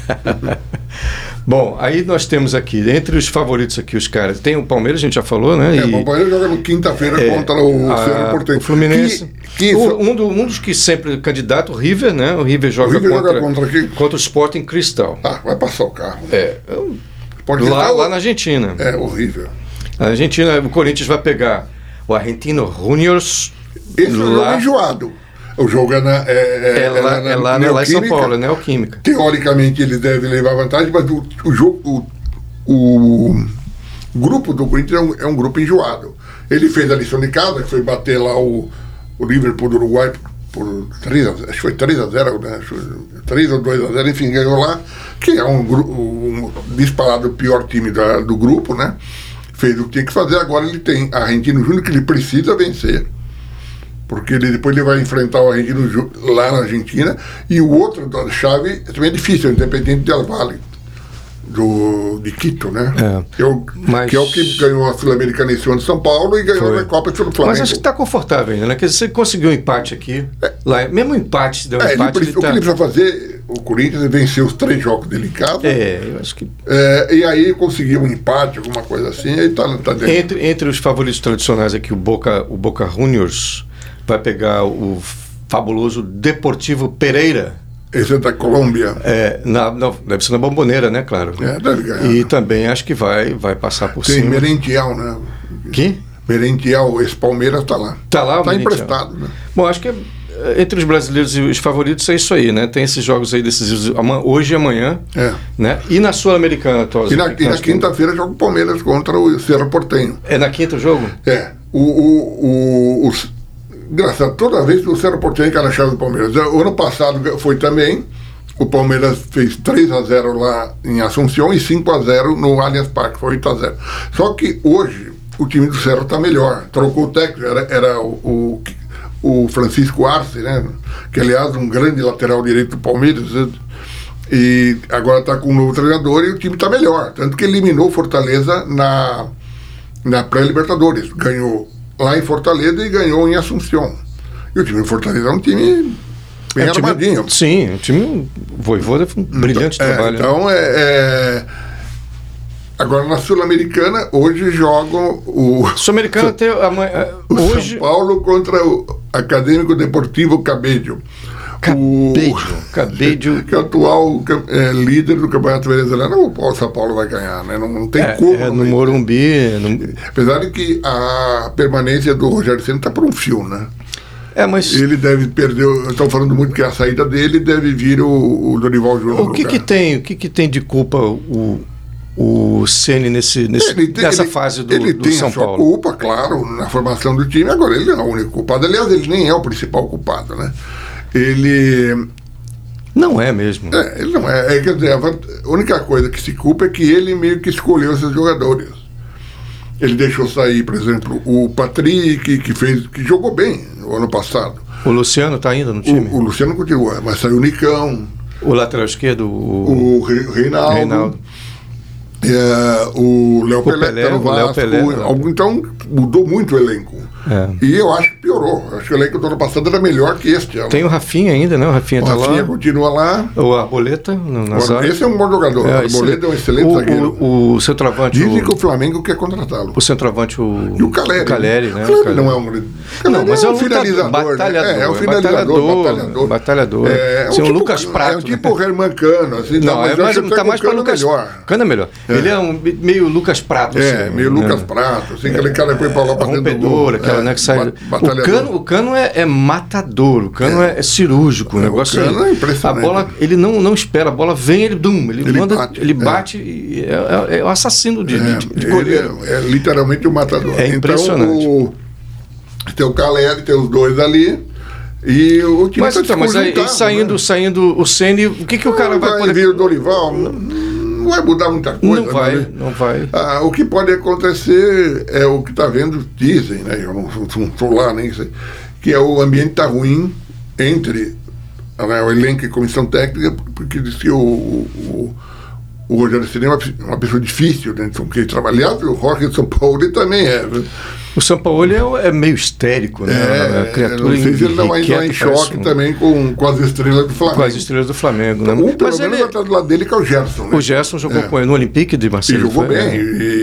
Bom, aí nós temos aqui, entre os favoritos aqui, os caras, tem o Palmeiras, a gente já falou, né? O Palmeiras joga no quinta-feira contra o Cerro Porteño. O Fluminense. Um dos que sempre candidato, o River, né? O River joga contra o Sporting Cristal. Vai passar o carro. Lá na Argentina. É horrível. Na Argentina, o Corinthians vai pegar o Argentino Juniors. Esse lá, é enjoado. O jogo é lá em São Paulo, é Neoquímica. Teoricamente ele deve levar vantagem, mas o grupo do Corinthians é um grupo enjoado. Ele fez a lição de casa, que foi bater lá o Liverpool do Uruguai por 3-0, acho que foi 3-0, né? 3 ou 2-0, enfim, ganhou lá, que é um disparado pior time do grupo, né? Fez o que tinha que fazer, agora ele tem a Argentino Júnior que ele precisa vencer. Porque depois ele vai enfrentar o Argentino lá na Argentina, e o outro da chave também é difícil, o Independiente del Valle, de Quito, né? Que é o que ganhou a Sul-Americana em cima de São Paulo e ganhou a Copa pelo Flamengo. Mas acho que está confortável ainda, né? Quer dizer, você conseguiu um empate aqui, lá, mesmo empate, se deu um empate... O que ele precisa fazer, o Corinthians, é vencer os 3 jogos dele em casa. Eu acho que... e aí conseguir um empate, alguma coisa assim, aí tá dentro. Entre os favoritos tradicionais aqui, o Boca Juniors vai pegar o fabuloso Deportivo Pereira. Esse é da Colômbia. Deve ser na Bomboneira, né, claro. Deve ganhar. E também acho que vai passar por Tem cima. Tem Merentiel, né? Que? Merentiel, esse Palmeiras está lá. Está lá? Está emprestado, né? Bom, acho que entre os brasileiros e os favoritos é isso aí, né? Tem esses jogos aí decisivos hoje e amanhã. Né? E na Sul-Americana, Tosi? E na quinta-feira joga o Palmeiras contra o Cerro Porteño. É na quinta o jogo? Engraçado, toda vez que o Cerro Porteño cai na chave do Palmeiras. O ano passado foi também, o Palmeiras fez 3-0 lá em Assunção e 5-0 no Allianz Parque, foi 8-0. Só que hoje o time do Cerro está melhor, trocou o técnico, era o Francisco Arce, né? Que aliás um grande lateral direito do Palmeiras, e agora está com um novo treinador e o time está melhor, tanto que eliminou Fortaleza na pré-Libertadores, ganhou lá em Fortaleza e ganhou em Assunção. E o time de Fortaleza é um time bem armadinho. Sim, o time Vojvoda foi um brilhante trabalho. Então, agora na Sul-Americana, hoje jogam o... Sul-Americana tem hoje... São Paulo contra o Acadêmico Deportivo Cabello. Cabello. Que é o atual líder do Campeonato Venezuelano. O São Paulo vai ganhar, né? Não tem como. No Morumbi. Apesar de que a permanência do Rogério Ceni está por um fio, né? Mas ele deve perder. Estão falando muito que a saída dele deve vir o Dorival Júnior. O que tem de culpa o Ceni nessa fase do São Paulo? Ele tem a sua culpa, claro, na formação do time. Agora, ele não é o único culpado. Aliás, ele nem é o principal culpado, né? Ele... Não é mesmo. Ele não é. Quer dizer, a única coisa que se culpa é que ele meio que escolheu esses jogadores. Ele deixou sair, por exemplo, o Patrick, que jogou bem no ano passado. O Luciano está ainda no time? O Luciano continua, mas saiu o Nicão. O lateral esquerdo, o Reinaldo. O Léo Pelé, no Vasco. Então, mudou muito o elenco. E eu acho que piorou. Eu acho que o elenco do ano passado era melhor que este. Tem o Rafinha ainda, né? O Rafinha está lá. O Rafinha continua lá. O Arboleta, esse é um bom jogador. O Arboleta é um excelente zagueiro. O centroavante... Dizem que o Flamengo quer contratá-lo. O centroavante, E o Caleri. O Caleri, né? O Caleri não é um... Não, mas é um finalizador. Batalhador. É um finalizador. Batalhador. É um Lucas Prato. É um tipo Herman Cano. Assim, não, mas está mais para Lucas... Cano é melhor. Ele é meio Lucas Prato. Meio Lucas Prato. Assim, aquele cara que põe pra lá pra dentro do gol. Aquela, né, que sai... O Cano é matador, o Cano é cirúrgico, o negócio. O Cano é impressionante. A bola, ele não espera, a bola vem, ele bate, é o assassino de goleiro. É literalmente o matador. É impressionante. Então, tem o Caleri, tem os dois ali. E o time mas aí saindo o Ceni, o que o cara vai poder... vir o Dorival, não vai mudar muita coisa. Não vai. O que pode acontecer é o que está vendo, dizem, né? Eu não estou lá, nem sei, que é o ambiente está ruim entre o elenco e a comissão técnica, porque diz que o Rogério Ceni é uma pessoa difícil, né? Então, que trabalhar, o Jorge Sampaoli também é. O Sampaoli é meio histérico, né? Não sei se ele não vai entrar em choque também com as estrelas do Flamengo. Com as estrelas do Flamengo, né? Pelo menos vai estar do lado dele, que é o Gerson. Né? O Gerson jogou com ele no Olympique de Marseille. E jogou bem.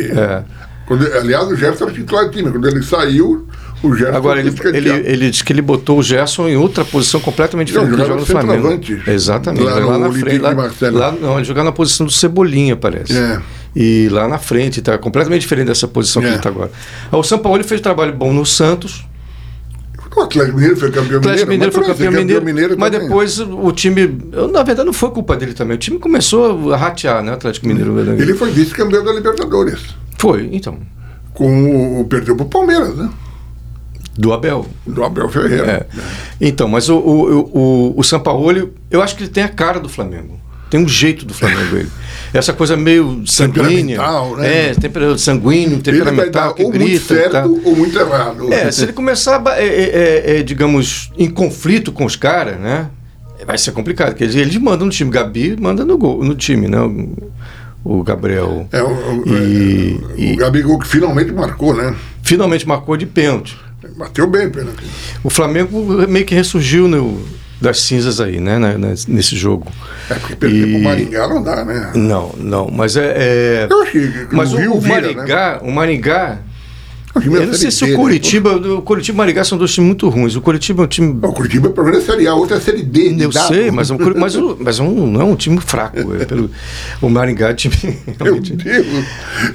Aliás, o Gerson era titular do time. Quando ele saiu, o Gerson... Agora, ele diz que ele botou o Gerson em outra posição completamente diferente do que joga no Flamengo. Exatamente. Lá na frente. Ele jogava na posição do Cebolinha, parece. E lá na frente, está completamente diferente dessa posição que ele está agora. O Sampaoli fez um trabalho bom no Santos. O Atlético Mineiro foi campeão mineiro. Mas depois o time... Na verdade, não foi culpa dele também. O time começou a ratear, né? O Atlético Mineiro. Ele foi vice-campeão da Libertadores. Foi, então. Perdeu para o Palmeiras, né? Do Abel Ferreira. Então, mas o Sampaoli, eu acho que ele tem a cara do Flamengo. Tem um jeito do Flamengo, ele. Essa coisa meio sanguínea. Né? Sanguíneo, temperamental, que grita. Muito certo ou muito errado. Se ele começar, digamos, em conflito com os caras, né? Vai ser complicado. Quer dizer, eles mandam no time. Gabi manda no time, né? O Gabriel. O Gabigol que finalmente marcou, né? Finalmente marcou de pênalti. Bateu bem, pênalti. O Flamengo meio que ressurgiu das cinzas aí, né? Nesse jogo. Porque perder pro Maringá não dá, né? Não, mas Eu acho que mas o Rio vira, né? O Maringá... Eu não sei se o Coritiba e o Maringá são dois times muito ruins. O Coritiba é um time... O Coritiba é pelo menos Série A, outra é Série D. Eu sei, mas não é um time fraco. O Maringá é um time... Meu Deus!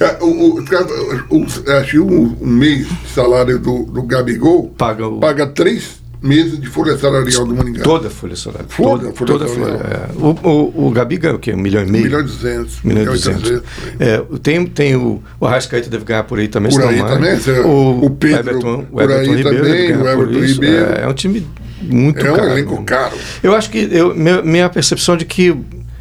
Acho que um mês de salário do Gabigol paga 3 meses de folha salarial do Maringá. Toda a folha salarial. Toda a folha. O Gabi ganha o quê? 1,5 milhão? 1,2 milhões. Tem o Arrascaeta deve ganhar por aí também. Por aí também. O Pedro, o Everton Ribeiro também. O Everton Ribeiro. É um time muito caro. É um elenco caro. Eu acho que minha percepção de que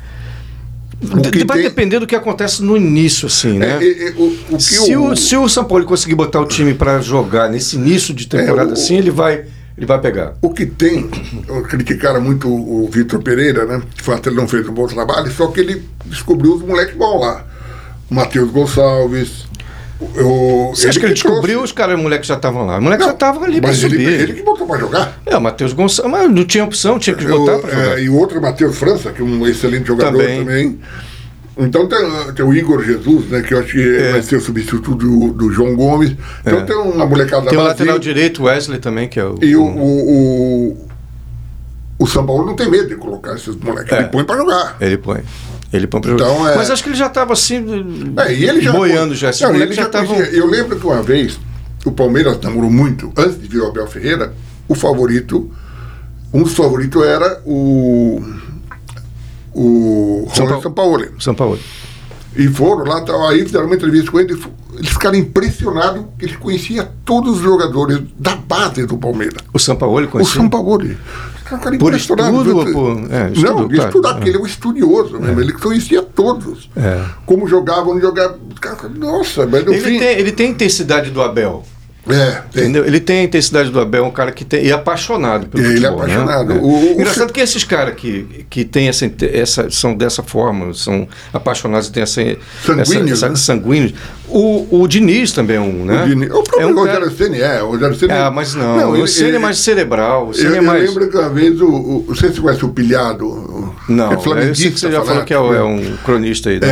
vai depender do que acontece no início, assim, né? Se o Sampaoli conseguir botar o time para jogar nesse início de temporada assim, ele vai pegar. O que tem, criticaram muito o Vitor Pereira, né? De fato, ele não fez um bom trabalho, só que ele descobriu os moleques bons lá. O Matheus Gonçalves. Você acha que ele descobriu os caras, os moleques já estavam lá? Os moleques já estavam ali para subir. Ele que botou para jogar. O Matheus Gonçalves, mas não tinha opção, tinha que botar para jogar. E o outro, Matheus França, que é um excelente jogador também. Então tem o Igor Jesus, né, que eu acho que vai ser o substituto do João Gomes. Então tem uma molecada. Tem o lateral direito, Wesley também, que é o... E o São Paulo não tem medo de colocar esses moleques. Ele põe para jogar. Ele põe para jogar. Mas acho que ele já estava assim, boiando já. Eu lembro que uma vez o Palmeiras namorou muito, antes de vir o Abel Ferreira, o favorito, um dos favoritos era o Sampaoli. Sampaoli. E foram lá, aí fizeram uma entrevista com ele, eles ficaram impressionados que ele conhecia todos os jogadores da base do Palmeiras. O Sampaoli conhecia? O Sampaoli. Por estudo ou por... Não, estudar, porque ele é um estudioso mesmo, ele conhecia todos. Como jogavam, não jogavam. Nossa, mas no fim... Ele tem a intensidade do Abel. Entendeu? Ele tem a intensidade do Abel, um cara que tem, e é apaixonado pelo futebol. Ele é apaixonado. Né? Engraçado que esses caras que têm são dessa forma, são apaixonados e têm sanguíneos. Sanguíneos. O Diniz também é um, né? O próprio Rogério Ceni mas não, o Ceni é mais cerebral. Eu lembro que uma vez, não sei se você conhece o Pilhado. Não, eu sei que você já falou que é um cronista aí. Né?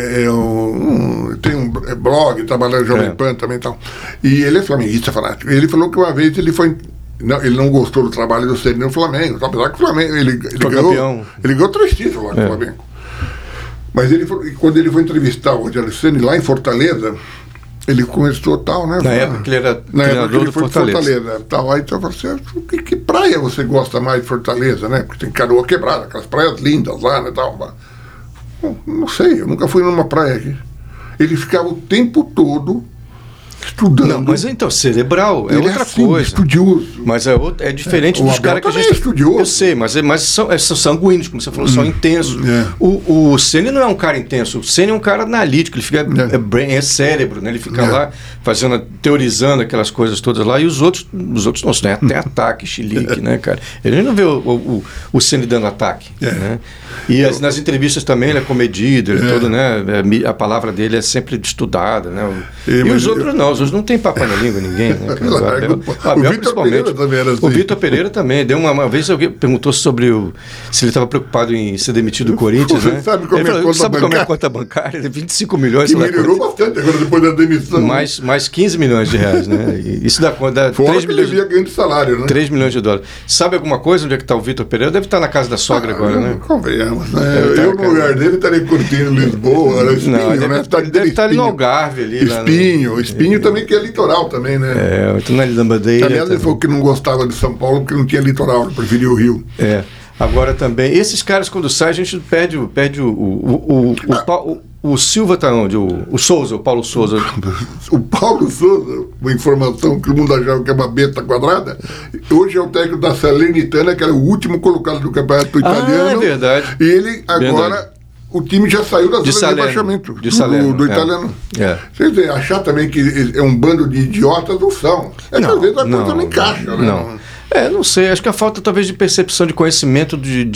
Tem um blog, trabalha no Jovem Pan também e tal. E ele é flamenguista fanático. Ele falou que uma vez ele foi... Não, ele não gostou do trabalho do Ceni no Flamengo. Apesar que o Flamengo... Ele ganhou 3 títulos lá com o Flamengo. Mas quando ele foi entrevistar o Rogério Ceni lá em Fortaleza, ele começou tal, né? Na época que ele era treinador do Fortaleza. Tal. Aí eu falei assim, que praia você gosta mais de Fortaleza, né? Porque tem Canoa Quebrada, aquelas praias lindas lá, né? Tal. Não sei, eu nunca fui numa praia aqui. Ele ficava o tempo todo estudando. Não, mas então, cerebral é outra coisa. Estudioso. Mas é diferente dos caras que a gente... é estudioso. Eu sei, mas são sanguíneos, como você falou, são intensos. O Ceni não é um cara intenso, o Ceni é um cara analítico, ele fica... É cérebro, né? Ele fica lá teorizando aquelas coisas todas lá, e os outros não, né? Tem ataque, chilique, né, cara? Ele não vê o Ceni dando ataque, né? E nas entrevistas também ele é comedido, ele todo, né? A palavra dele é sempre estudada, né? E os outros não. Os outros não tem papo na língua, ninguém, né? O Abel principalmente. Assim. O Vitor Pereira também. Deu uma vez alguém perguntou se ele estava preocupado em ser demitido do Corinthians, né? Sabe como é a conta bancária? 25 milhões. Que melhorou bastante agora depois da demissão. Mais 15 milhões de reais, né? E isso dá 3 milhões de ganho de salário, né? 3 milhões de dólares. Sabe alguma coisa onde é que está o Vitor Pereira? Deve estar na casa da sogra agora, né? Convenhamos, né? Eu no lugar dele estaria curtindo Lisboa, era Espinho, né? Deve estar no Algarve ali. Espinho também, que é litoral também, né? Então na Ilha da Madeira. Aliás, ele falou que não gostava de São Paulo porque não tinha litoral, ele preferia o Rio. Agora também, esses caras quando saem, a gente perde o Silva tá onde? O Souza, o Paulo Souza. O Paulo Souza, uma informação que o mundo achava que é uma besta quadrada, hoje é o técnico da Salernitana, que era o último colocado do campeonato italiano. É verdade. E ele agora... O time já saiu da zona de rebaixamento do italiano. Quer dizer, achar também que é um bando de idiotas não são. Às vezes a coisa não encaixa, né? Não sei, acho que a falta talvez de percepção, de conhecimento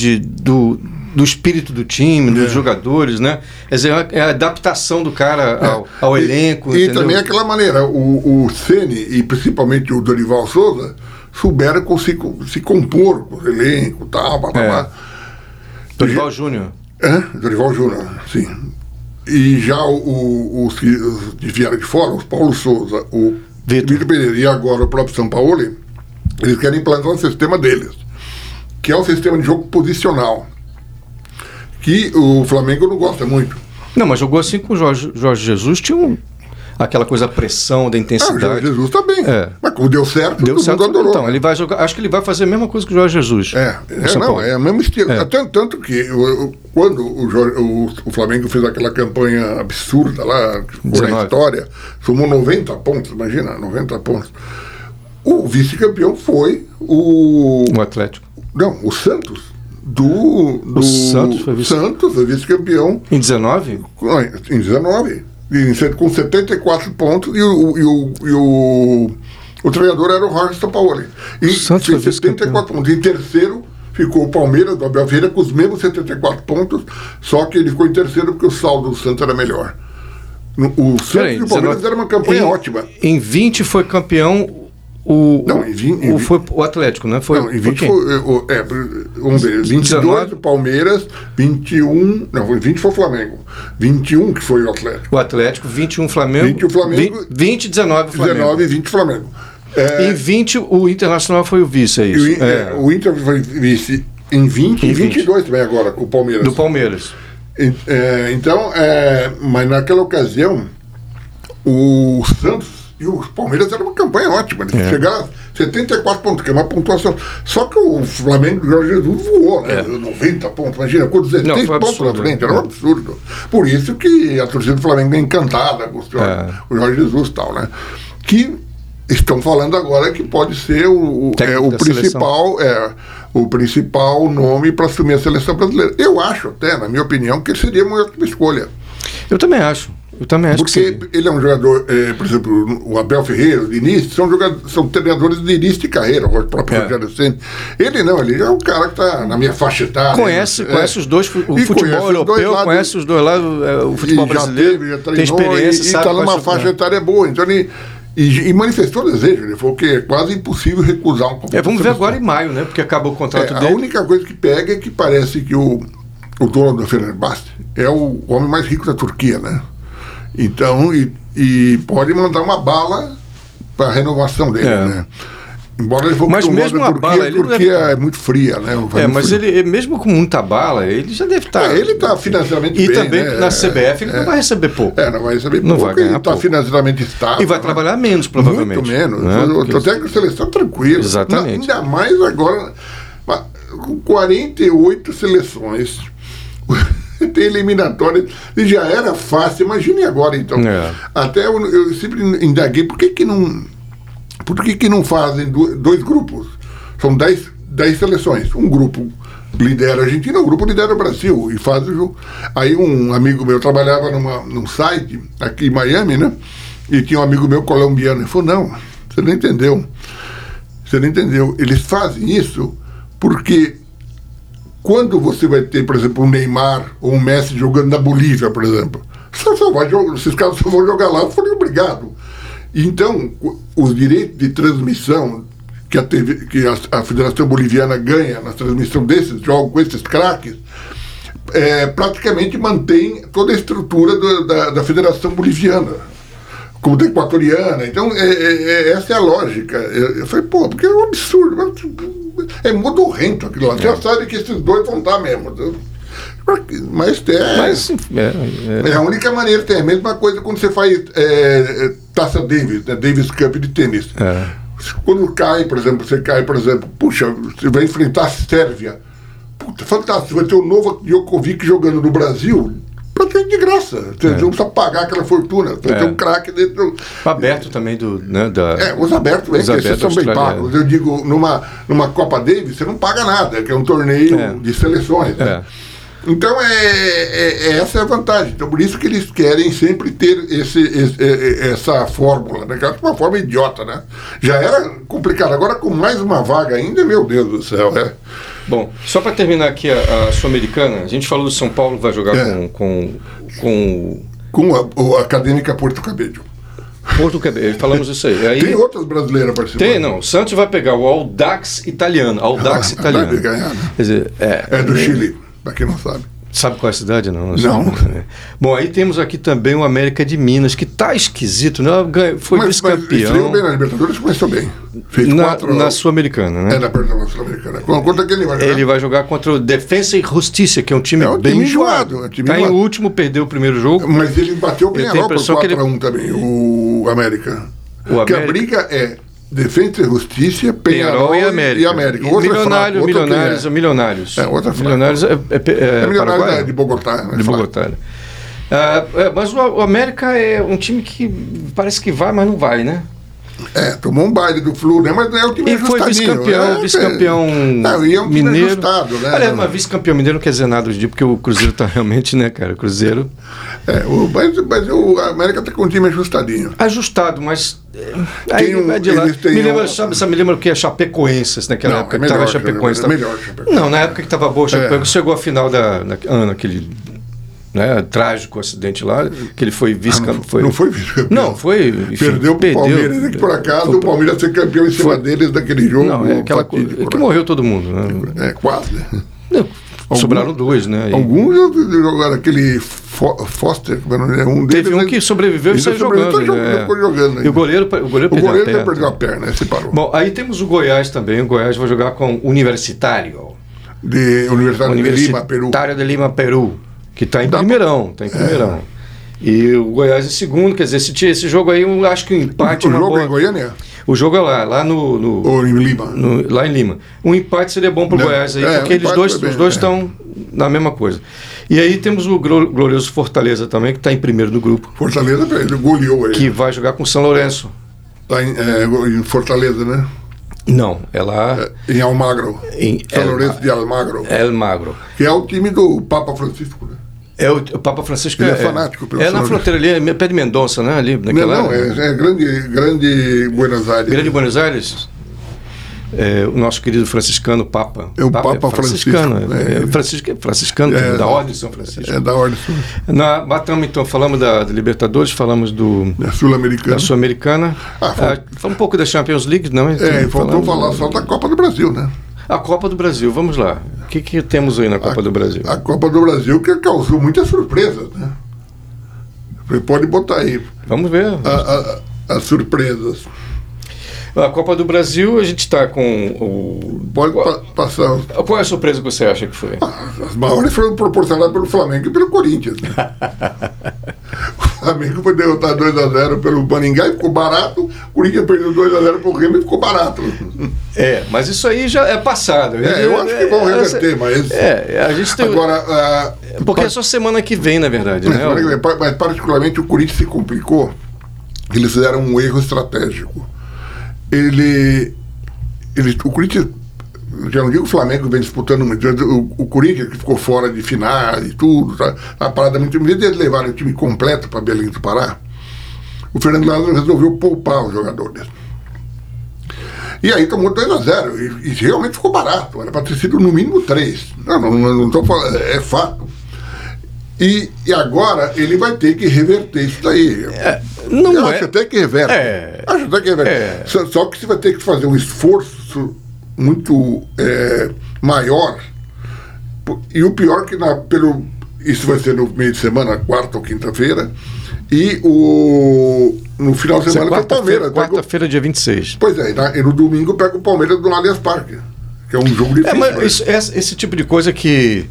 do espírito do time, dos jogadores, né? Quer dizer, é a adaptação do cara ao elenco. E também aquela maneira, o Ceni e principalmente o Dorival Souza souberam se compor com o elenco e tal, Dorival Júnior. Dorival Júnior, sim. E já os que vieram de fora, os Paulo Souza, o Vitor Pereira e agora o próprio Sampaoli, eles querem implantar um sistema deles, que é um sistema de jogo posicional, que o Flamengo não gosta muito. Não, mas jogou assim com o Jorge Jesus, tinha aquela coisa, a pressão da intensidade. O Jorge Jesus também. Mas como deu certo, todo mundo adorou. Então, ele vai jogar, acho que ele vai fazer a mesma coisa que o Jorge Jesus. É o mesmo estilo. Tanto que quando o Flamengo fez aquela campanha absurda lá, que ficou na história, somou 90 pontos, imagina, 90 pontos. O vice-campeão foi o Atlético. Não, o Santos. O Santos foi vice-campeão. Em 19? Em 19. Com 74 pontos, e o treinador era o Jorge Sampaoli. E fez 74 pontos. Em terceiro ficou o Palmeiras, do Abel Ferreira, com os mesmos 74 pontos, só que ele ficou em terceiro porque o saldo do Santos era melhor. O Santos e o Palmeiras fizeram uma campanha ótima. Em 20 foi campeão foi o Atlético, né? Em 20 vamos ver, 22 19? O Palmeiras, 21, não, 20 foi o Flamengo, 21 que foi o Atlético. O Atlético, 21 Flamengo, 20 o Flamengo, 20 19 Flamengo. 19 e 20 Flamengo. Em 20 o Internacional foi o vice, é isso? O Inter foi vice em 20 e 22 também agora, com o Palmeiras. Do Palmeiras. Mas naquela ocasião, o Santos e o Palmeiras era uma campanha ótima. Chegaram 74 pontos, que é uma pontuação. Só que o Flamengo do Jorge Jesus voou, né? 90 pontos, imagina, com 16 pontos na frente, era um absurdo. Por isso que a torcida do Flamengo é encantada com o Jorge Jesus e tal, né? Que estão falando agora que pode ser o principal nome para assumir a seleção brasileira. Eu acho até, na minha opinião, que ele seria uma ótima escolha. Eu também acho. Porque ele é um jogador, por exemplo, o Abel Ferreira, o Diniz, são treinadores de início de carreira, o próprio Rogério Ceni. Ele não, ele é um cara que está na minha faixa etária. Conhece os dois, o futebol europeu, conhece os dois lados, o futebol brasileiro, já treinou, tem experiência, e está numa faixa etária boa. Então ele... E manifestou desejo, ele falou que é quase impossível recusar um pouco. Vamos ver agora em maio, né? Porque acaba o contrato dele. A única coisa que pega é que parece que o dono do Fenerbahçe é o homem mais rico da Turquia, né? Então, e pode mandar uma bala para a renovação dele, né? Embora ele mas mesmo a bala, a Turquia é muito fria, né? Mas frio. Ele, mesmo com muita bala, ele já deve estar... ele está financeiramente bem, e também, né? Na CBF ele não vai receber pouco. Não vai receber pouco, vai ele está financeiramente estável. E vai trabalhar menos, provavelmente. Muito menos. Né? Até que a seleção tranquila. Exatamente. Ainda mais agora, com 48 seleções... tem eliminatória, e já era fácil, imagine agora então. Até eu sempre indaguei, por que não fazem dois grupos? São 10 seleções, um grupo lidera a Argentina, um grupo lidera o Brasil, e faz o jogo. Aí um amigo meu trabalhava num site aqui em Miami, né? E tinha um amigo meu colombiano, ele falou, não, você não entendeu, eles fazem isso porque quando você vai ter, por exemplo, um Neymar ou um Messi jogando na Bolívia, por exemplo, esses caras só vão jogar lá, foram obrigados. Então, os direitos de transmissão que a Federação Boliviana ganha na transmissão desses jogos, com esses craques, praticamente mantém toda a estrutura da Federação Boliviana, como da equatoriana. Então, essa é a lógica. Eu falei, porque é um absurdo, é modorrento aquilo lá. Já sabe que esses dois vão dar mesmo. Mas é a única maneira, tem a mesma coisa quando você faz Taça Davis, né, Davis Cup de tênis. Quando puxa, você vai enfrentar a Sérvia. Puta, fantástico, vai ter o novo Djokovic jogando no Brasil, praticamente de graça. Você não precisa pagar aquela fortuna. Vai ter um craque dentro. Aberto também os abertos, esses são bem pagos. Eu digo, numa Copa Davis, você não paga nada, que é um torneio de seleções. Né? Então, essa é a vantagem. Então, por isso que eles querem sempre ter essa fórmula, né? Que é uma forma idiota, né? Já era complicado. Agora, com mais uma vaga ainda, meu Deus do céu, Bom, só para terminar aqui a Sul-Americana, a gente falou do São Paulo, vai jogar com a Acadêmica Porto Cabello. Falamos isso aí. Tem outras brasileiras participando. Tem, não. O Santos vai pegar o Audax italiano. Deve ganhar, né? Quer dizer, é do Chile, para quem não sabe. Sabe qual é a cidade? Não. Bom, aí temos aqui também o América de Minas, que tá esquisito, né? Foi vice-campeão. Estreou bem na Libertadores, começou bem. Fez na Sul-Americana, né? Na Sul-Americana. Contra quem ele vai jogar? Ele vai jogar contra o Defensa e Justiça, que é um time bem enjoado. Está em último, perdeu o primeiro jogo. Mas ele bateu o Penharol por 4-1 também, o América. Porque a briga é Defensa e Justiça, Penharol e América. Milionários. Milionários de Bogotá. De Bogotá. Mas o América é um time que parece que vai, mas não vai, né? Tomou um baile do Flu, né? Mas não é o time e foi vice-campeão mineiro. Ajustado, né? Olha, mas vice-campeão mineiro não quer dizer nada hoje em dia, porque o Cruzeiro está realmente, né, cara? O Cruzeiro... mas o América está com um time ajustadinho. Ajustado, mas... Me lembra o que é Chapecoense, naquela época que estava Chapecoense. Melhor Chapecoense. Não, na época que estava boa Chapecoense, chegou à final naquele... trágico acidente lá, que ele foi vice-campeão. Não foi vice-campeão. Não, foi. Enfim, perdeu pro Palmeiras, que por acaso o Palmeiras ser campeão em cima deles daquele jogo. Não, aquela coisa. Que morreu todo mundo, né? Quase. Sobraram dois, né? Alguns jogaram aquele Foster, um deles. Teve um que sobreviveu e saiu jogando. E o goleiro perdeu a perna, se parou. Bom, aí temos o Goiás também. O Goiás vai jogar com o Universitário. Universitário de Lima, Peru. Que está em primeirão, E o Goiás em segundo, quer dizer, esse jogo aí, eu acho que o empate... O jogo é em Goiânia? O jogo é lá Ou em Lima. Lá em Lima. Um empate seria bom para o Goiás aí, porque os dois estão na mesma coisa. E aí temos o glorioso Fortaleza também, que está em primeiro do grupo. Fortaleza, ele goleou aí. Que vai jogar com o São Lourenço. Está em Fortaleza, né? Não, é lá... em Almagro. São Lourenço de Almagro. Almagro. Que é o time do Papa Francisco, né? O Papa Francisco ele é fanático pelo na fronteira ali, pé de Mendonça, né? Ali, naquela não, é grande Buenos Aires. Grande Buenos Aires? O nosso querido franciscano Papa. É o Papa franciscano. Franciscano, da Ordem de São Francisco. É da Ordem de São Francisco. Batamos, então, falamos da Libertadores, falamos da Sul-Americana. Falamos um pouco da Champions League, não? Faltou falar só da Copa do Brasil, né? A Copa do Brasil, vamos lá. O que temos aí na Copa do Brasil? A Copa do Brasil que causou muitas surpresas, né? Você pode botar aí. Vamos ver. As surpresas. A Copa do Brasil, a gente está com o... Pode passar. Qual é a surpresa que você acha que foi? As maiores foram proporcionadas pelo Flamengo e pelo Corinthians, né? O Flamengo foi derrotado 2-0 pelo Maringá e ficou barato. O Corinthians perdeu 2-0 pro Remo e ficou barato. Mas isso aí já é passado. Eu acho que vão reverter, mas... a gente tem... Agora... porque é só semana que vem, na verdade, né? Mas particularmente o Corinthians se complicou. Eles fizeram um erro estratégico. O Corinthians, já não digo o Flamengo vem disputando muito, o Corinthians que ficou fora de final e tudo, tá? A parada muito. Em vez de eles levarem o time completo para Belém do Pará, o Fernando Lázaro resolveu poupar os jogadores. E aí tomou 2-0 e realmente ficou barato, era para ter sido no mínimo 3. Não estou falando, é fato. E agora ele vai ter que reverter isso daí. Acho até que reverte. Acho até que reverte. Só que você vai ter que fazer um esforço muito maior. E o pior que isso vai ser no meio de semana, quarta ou quinta-feira. E no final de semana pega o Palmeiras. Quarta-feira, dia 26. Pois é, e no domingo pega o Palmeiras do Allianz Parque. Que é um jogo difícil. Mas esse tipo de coisa que...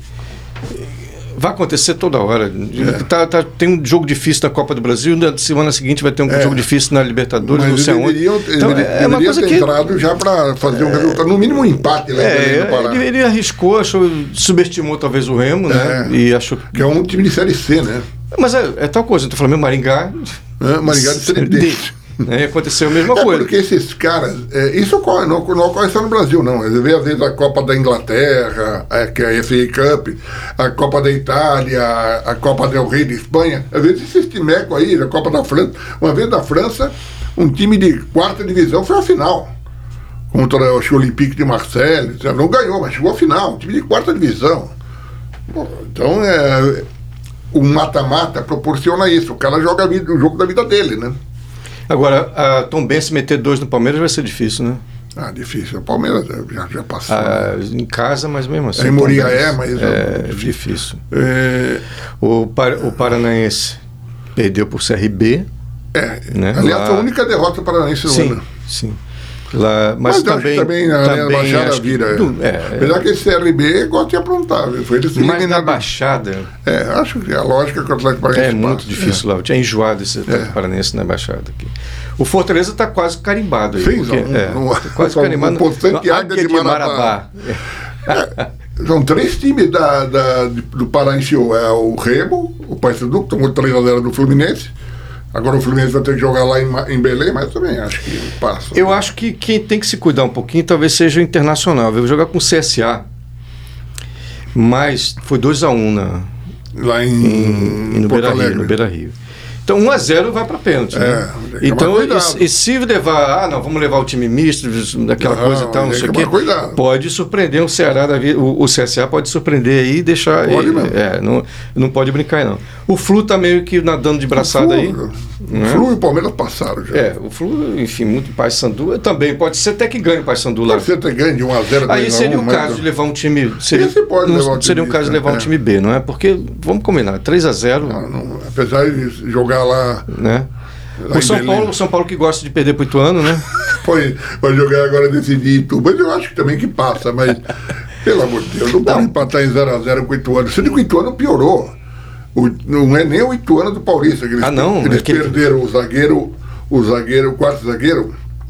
vai acontecer toda hora. Tem um jogo difícil na Copa do Brasil, na semana seguinte vai ter um jogo difícil na Libertadores, não sei onde. Deveriam ter entrado já para fazer um resultado, no mínimo um empate lá em Pará. Ele arriscou, subestimou talvez o Remo, né? E achou que é um time de Série C, né? Mas é tal coisa, eu tô falando Maringá. Maringá de Série D. Aconteceu a mesma coisa. Porque esses caras, isso não ocorre só no Brasil, não. Você vê às vezes a Copa da Inglaterra, que é a FA Cup, a Copa da Itália, a Copa del Rey de Espanha. Às vezes esses timecos aí, a Copa da França. Uma vez na França, um time de quarta divisão foi à final. Contra o Olympique de Marseille. Não ganhou, mas chegou à final. Um time de quarta divisão. Então, o mata-mata proporciona isso. O cara joga o jogo da vida dele, né? Agora, a Tom Benz meter 2 no Palmeiras vai ser difícil, né? Difícil. O Palmeiras já passou. Em casa, mas mesmo assim. Em Moriaé, mas é difícil. O Paranaense perdeu por CRB. Né? Aliás, a única derrota do Paranaense no ano. Sim. Mas também a Baixada vira. Apesar que esse CRB gosta de aprontar. Mas na Baixada. Acho que a lógica que o Atlético Paranaense é muito difícil lá. Eu tinha enjoado esse Atlético Paranaense na Baixada aqui. O Fortaleza está quase carimbado aí. Sim, quase carimbado. Águia de Marabá. São 3 times do Paraense. É o Remo, o Paysandu, que tomou 3-0 do Fluminense. Agora o Fluminense vai ter que jogar lá em Belém, mas também acho que passa. Eu acho que quem tem que se cuidar um pouquinho talvez seja o Internacional. Vai jogar com o CSA, mas foi 2-1 lá no Beira-Rio. Então 1-0 vai para pênalti, né? Então, e se levar, vamos levar o time misto, daquela coisa e tal, não sei o quê, pode surpreender o Ceará da vida, o CSA pode surpreender aí e deixar. Não pode brincar, não. O Flu tá meio que nadando de braçada aí. O Flu e o Palmeiras passaram já. O Flu, enfim, muito Paysandu. Também pode ser até que ganhe o Paysandu lá. Pode ser até que ganhe de 1-0. Aí seria o caso de levar um time. Seria um caso de levar um time B, não é? Porque, vamos combinar, 3-0. Apesar de jogar lá. Né? O São Paulo que gosta de perder pro Ituano, né? Vai jogar agora decidir Ituano. Mas eu acho que também que passa, mas pelo amor de Deus, não pode empatar em 0-0 com o Ituano. Sendo que o Ituano piorou. Não é nem o Ituano do Paulista. Eles perderam o zagueiro, o quarto zagueiro.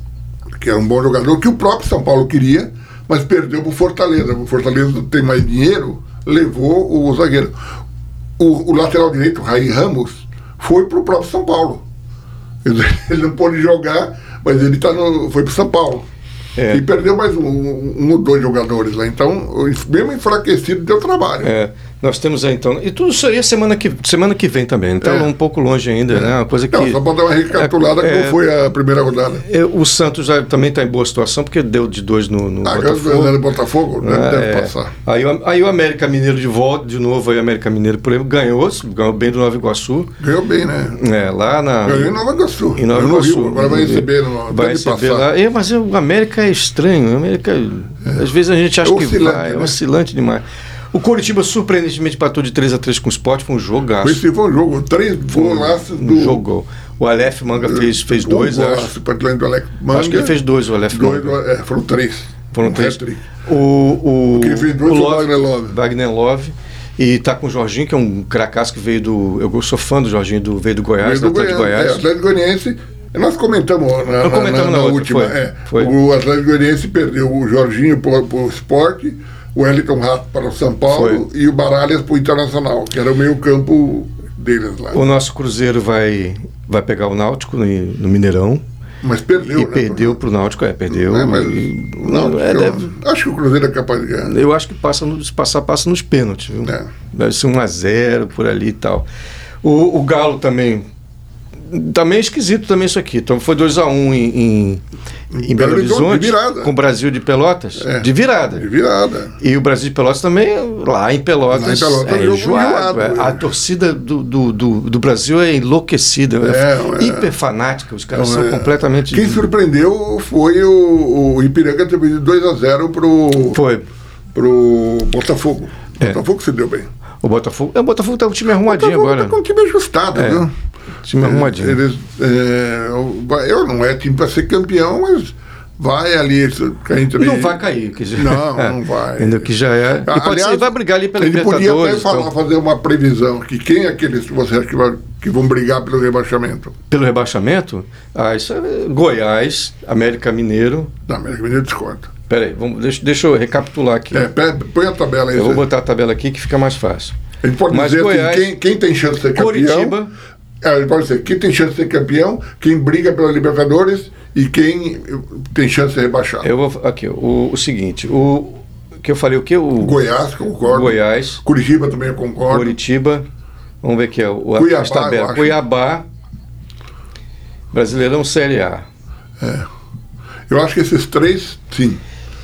que era um bom jogador, que o próprio São Paulo queria, mas perdeu para o Fortaleza. O Fortaleza tem mais dinheiro, levou o zagueiro. O lateral direito, o Raí Ramos, foi para o próprio São Paulo. Ele não pôde jogar, mas ele foi para o São Paulo. E perdeu mais um ou dois jogadores lá. Então, mesmo enfraquecido, deu trabalho. Nós temos aí, então... E tudo isso aí é semana que vem também. Então, um pouco longe ainda, né? Uma coisa que... Não, só para dar uma recapitulada como foi a primeira rodada. O Santos já também está em boa situação, porque deu de 2 no Botafogo. No Botafogo, né? Deve passar. Aí o América Mineiro de volta, de novo, aí o América Mineiro, por exemplo, ganhou bem do Nova Iguaçu. Ganhou bem, né? Lá na... Ganhou em Nova Iguaçu. Em Nova Iguaçu. Rio, agora vai receber. Vai receber lá. Mas o América é estranho. O América, às vezes a gente acha que vai. É oscilante demais. O Coritiba surpreendentemente empatou de 3-3 com o Sport, foi um jogaço. Foi um jogo, 3 golaços do... Jogou. O Aleph Manga fez 2, acho. Acho que ele fez 2, o Aleph Manga. Foram 3. Foram 3. Quem fez 2 foi o Wagner Love. E tá com o Jorginho, que é um cracaço que veio do... Eu sou fã do Jorginho, veio do Goiás, do Atlético Goiás. Atlético Goianiense. Nós comentamos na última. Foi. O Atlético Goianiense perdeu o Jorginho para o Sport, o Wellington Rato para o São Paulo e o Baralhas para o Internacional, que era o meio campo deles lá. O nosso Cruzeiro vai pegar o Náutico no Mineirão. Mas perdeu, e perdeu para o Náutico, perdeu. Acho que o Cruzeiro é capaz de ganhar. Eu acho que passa nos pênaltis, viu? Deve ser 1-0 por ali e tal. O Galo também é esquisito também isso aqui. Então foi 2-1 em Belo Horizonte, com o Brasil de Pelotas, de virada. E o Brasil de Pelotas também, lá em Pelotas é enjoado. A torcida do Brasil é enlouquecida, hiper fanática, os caras são completamente... Quem surpreendeu foi o Ipiranga ter pedido 2-0 pro Botafogo. O Botafogo se deu bem. O Botafogo tá com o time arrumadinho agora. Tá com o time ajustado, viu? Time arrumadinho. Não é time para ser campeão, mas vai ali. Não vai cair. Quer dizer, não vai. Ainda que já é. Aliás, vai brigar ali pela ele Libertadores. Podia até fazer uma previsão que quem é aqueles que você acha que vão brigar pelo rebaixamento? Pelo rebaixamento? Isso é Goiás, América Mineiro. Não, América Mineiro discorda. Peraí, deixa eu recapitular aqui. Põe a tabela aí. Eu vou botar a tabela aqui que fica mais fácil. A gente pode dizer Goiás, assim, quem tem chance de ser campeão... Coritiba... Ele pode dizer quem tem chance de ser campeão, quem briga pela Libertadores e quem tem chance de ser rebaixado. Eu vou... Aqui, o seguinte, que eu falei o quê? Goiás, concordo. Goiás. Curitiba também eu concordo. Curitiba. Vamos ver aqui, Cuiabá, a tabela. Cuiabá, Brasileirão Série A. Eu acho que esses 3, sim.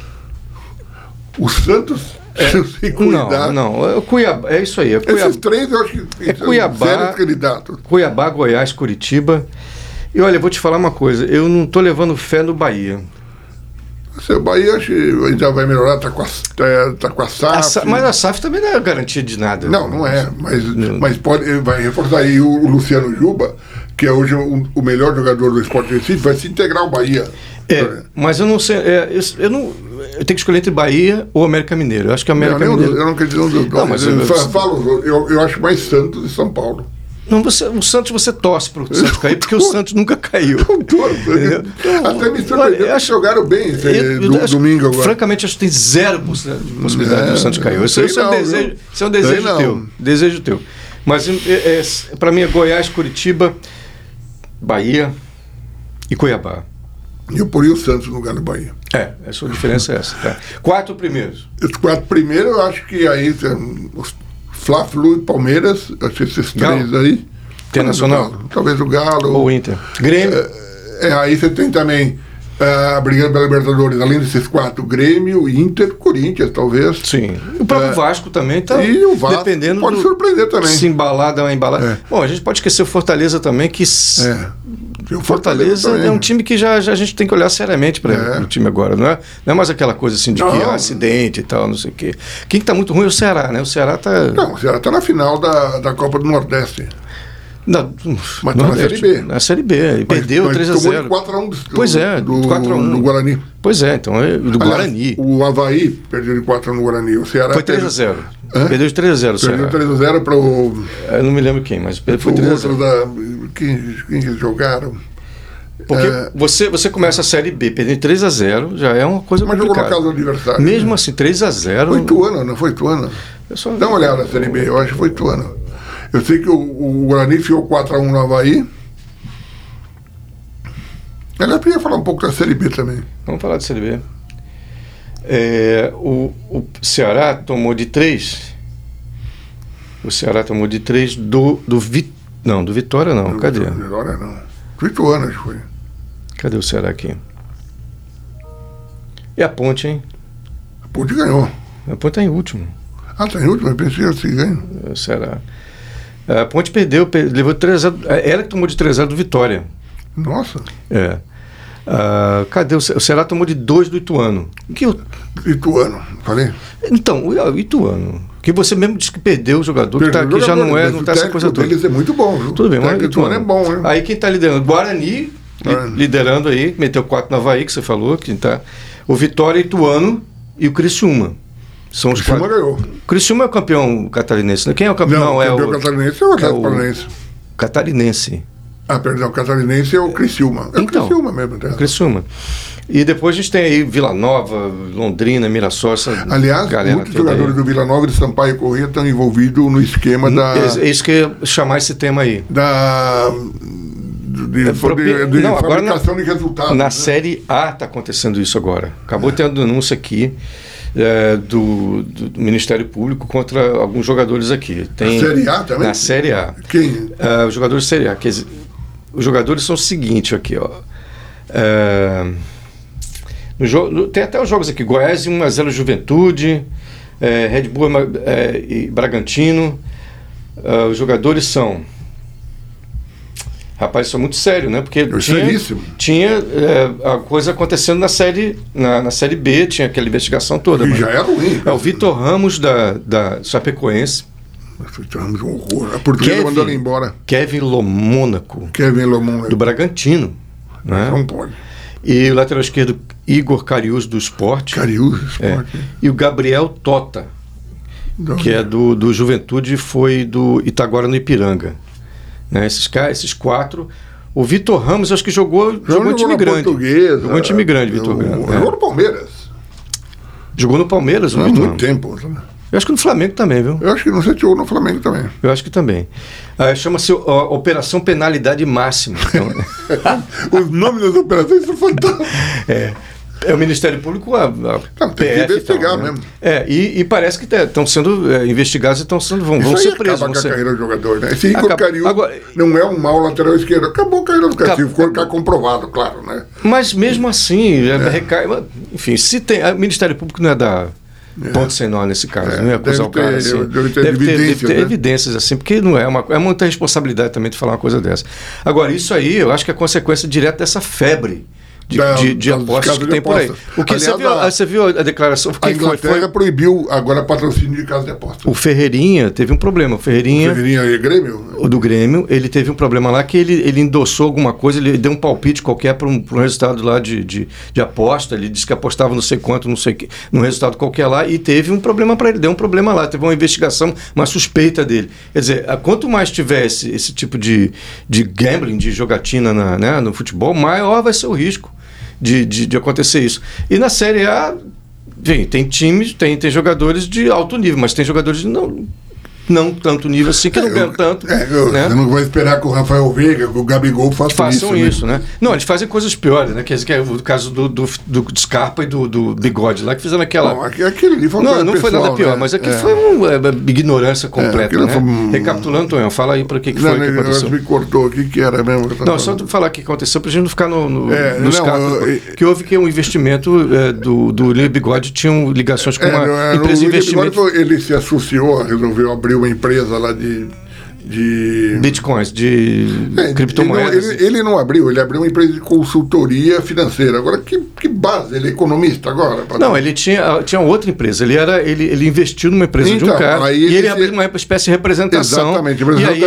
O Santos... se cuidar. Não, Cuiabá, é isso aí. Esses 3 eu acho que Cuiabá, candidatos. Cuiabá, Goiás, Curitiba. E olha, eu vou te falar uma coisa, eu não estou levando fé no Bahia. O Bahia acho que já vai melhorar, tá com a SAF. Mas a SAF também não é garantia de nada. Não é, mas vai reforçar aí o Luciano Juba, que é hoje o melhor jogador do Sport Recife, vai se integrar ao Bahia. Mas eu não sei, eu tenho que escolher entre Bahia ou América Mineiro. Eu acho que a América Mineiro... Eu não acredito nos dois. Mas eu acho mais Santos e São Paulo. Não, o Santos você torce para o Santos cair, porque o Santos nunca caiu. Até me surpreendeu que jogaram bem domingo agora. Francamente, acho que tem 0% de possibilidade do Santos cair. Isso é um desejo teu. Desejo teu. Mas para mim é Goiás, Curitiba, Bahia e Cuiabá. E eu poria o Santos no lugar do Bahia. A sua diferença é essa. Tá? 4 primeiros. Os 4 primeiros, eu acho que aí Fla-Flu e Palmeiras, acho que esses 3 aí. Internacional? Talvez o Galo. Ou o Inter. Grêmio. Aí você tem também brigando pela Libertadores, além desses 4, Grêmio, Inter, Corinthians, talvez. Sim. O próprio Vasco também está. E o Vasco dependendo pode surpreender também. Se embalar, dar uma embalada. Bom, a gente pode esquecer o Fortaleza também, que. O Fortaleza é um time que já a gente tem que olhar seriamente para o time agora, não é mais aquela coisa assim de que acidente e tal, não sei o quê. Quem está muito ruim é o Ceará, né? O Ceará está... Não, o Ceará está na final da Copa do Nordeste. Não, mas está na Série B. Na Série B, perdeu 3-0. Tomou de 4-1 pois é, do 4-1 do Guarani. Pois é, então do Guarani. O Avaí perdeu de 4-1 no Guarani. O Ceará foi 3-0. Perdeu de 3-0 o Ceará. Perdeu 3-0 para o... Eu não me lembro quem, mas foi 3-0. Quem eles jogaram? Porque você começa a Série B perdendo 3-0, já é uma coisa mas complicada. Mas jogou no caso do adversário. Mesmo assim, 3-0... Foi Ituano, não foi Ituano? Dá uma olhada na Série B, eu acho que foi Ituano. Eu sei que o Guarani ficou 4-1 no Avaí. Ela podia falar um pouco da Série B também. Vamos falar da Série B. O Ceará tomou de 3. O Ceará tomou de 3 do Vitória não. Cadê? Vitória não. Do Ituano, acho que foi. Cadê o Ceará aqui? E a Ponte, hein? A Ponte ganhou. A Ponte está em último. Ah, tá em último? Eu pensei assim, ganho. O Ceará. A Ponte perdeu, levou 3-0. Ela que tomou de 3-0 do Vitória. Nossa. Cadê o Ceará tomou de 2 do Ituano? Ituano, falei? Então, o Ituano. Que você mesmo disse que perdeu o jogador, que já não está essa coisa toda. Eles é muito bom, viu? Tudo bem, mas o Ituano é bom, né? Aí quem está liderando? Guarani, liderando aí, meteu 4 no Avaí, que você falou, que tá. O Vitória, Ituano e o Criciúma. São os Criciúma ganhou. O Criciúma é o campeão catarinense, né? Quem é o campeão? Não, o campeão catarinense é o Atlético Paranaense. Catarinense. Ah, perdão, o catarinense é o Criciúma. É o Criciúma mesmo. Tá? O Criciúma. E depois a gente tem aí Vila Nova, Londrina, Mirassol, aliás, muitos jogadores do Vila Nova e do Sampaio Corrêa estão envolvidos no esquema da... É isso que eu ia chamar esse tema aí. De fabricação de resultados. Na Série A está acontecendo isso agora. Acabou tendo denúncia aqui do Ministério Público contra alguns jogadores aqui. Tem, na Série A também? Na Série A. Quem? Os jogadores da Série A. Quer dizer, os jogadores são o seguinte aqui, ó. Tem até os jogos aqui: Goiás 1-0 Juventude, Red Bull e Bragantino. Os jogadores são... Rapaz, isso é muito sério, né? Porque tinha a coisa acontecendo na série B, tinha aquela investigação toda. E já é ruim. O Vitor Ramos da Chapecoense. Vitor Ramos é um horror. A portuguesa mandou ele embora. Kevin Lomônaco. Do Bragantino. Né? Não pode. E o lateral esquerdo, Igor Cariús do Sport. E o Gabriel Tota, que é do Juventude e foi do Itaguara no Ipiranga. Né? Esses 4. O Vitor Ramos, acho que jogou em time grande. Jogou em time grande, Vitor Ramos. Jogou no Palmeiras. Jogou no Palmeiras, há muito tempo. Eu acho que no Flamengo também, viu? Eu acho que não sei se jogou no Flamengo também. Eu acho que também. Chama-se Operação Penalidade Máxima. Então, os nomes das operações são fantásticos. É o Ministério Público, tem que investigar mesmo. E parece que estão sendo investigados e vão ser presos. Acaba com a carreira do jogador, né? Esse Igor Cariús não é um mau lateral esquerdo. Acabou a carreira do Cariús, ficou comprovado, claro, né? Mas mesmo assim, recai. Enfim, se tem. O Ministério Público não é da ponto sem nó nesse caso, não é acusar o cara assim. Deve ter evidências assim, porque não é muita responsabilidade também de falar uma coisa dessa. Agora, isso aí eu acho que é consequência direta dessa febre de apostas que tem por aí. O que você viu a declaração? A Inglaterra proibiu agora patrocínio de casa de apostas. O Ferreirinha teve um problema. O Ferreirinha é Grêmio? O do Grêmio, ele teve um problema lá que ele endossou alguma coisa, ele deu um palpite qualquer para um resultado lá de aposta. Ele disse que apostava não sei quanto, não sei que, num resultado qualquer lá, e teve um problema para ele, deu um problema lá, teve uma investigação, uma suspeita dele. Quer dizer, quanto mais tiver esse tipo de gambling, de jogatina no futebol, maior vai ser o risco de acontecer isso. E na Série A, tem times, tem jogadores de alto nível, mas tem jogadores de não tanto nível assim, que não ganham tanto. Você não vai esperar que o Rafael Veiga, que o Gabigol façam isso, né? Não, eles fazem coisas piores, né? Que é o caso do Scarpa e do Bigode lá, que fizeram aquela... Não, aquilo ali foi não foi nada pior, né? Mas aqui foi uma ignorância completa, né? Recapitulando, Tonhão, fala aí para que foi que aconteceu. Me cortou, o que era mesmo? Não, só tu falar o que aconteceu, pra gente não ficar no Scarpa. Que houve que um investimento do Leo Bigode tinham ligações com uma empresa de investimento. Ele se associou, resolveu abrir uma empresa lá de bitcoins, de criptomoedas. Ele não abriu, ele abriu uma empresa de consultoria financeira. Agora, que base? Ele é economista agora? Não, ele tinha outra empresa. Ele investiu numa empresa de um cara e ele abriu uma espécie de representação. Exatamente. E aí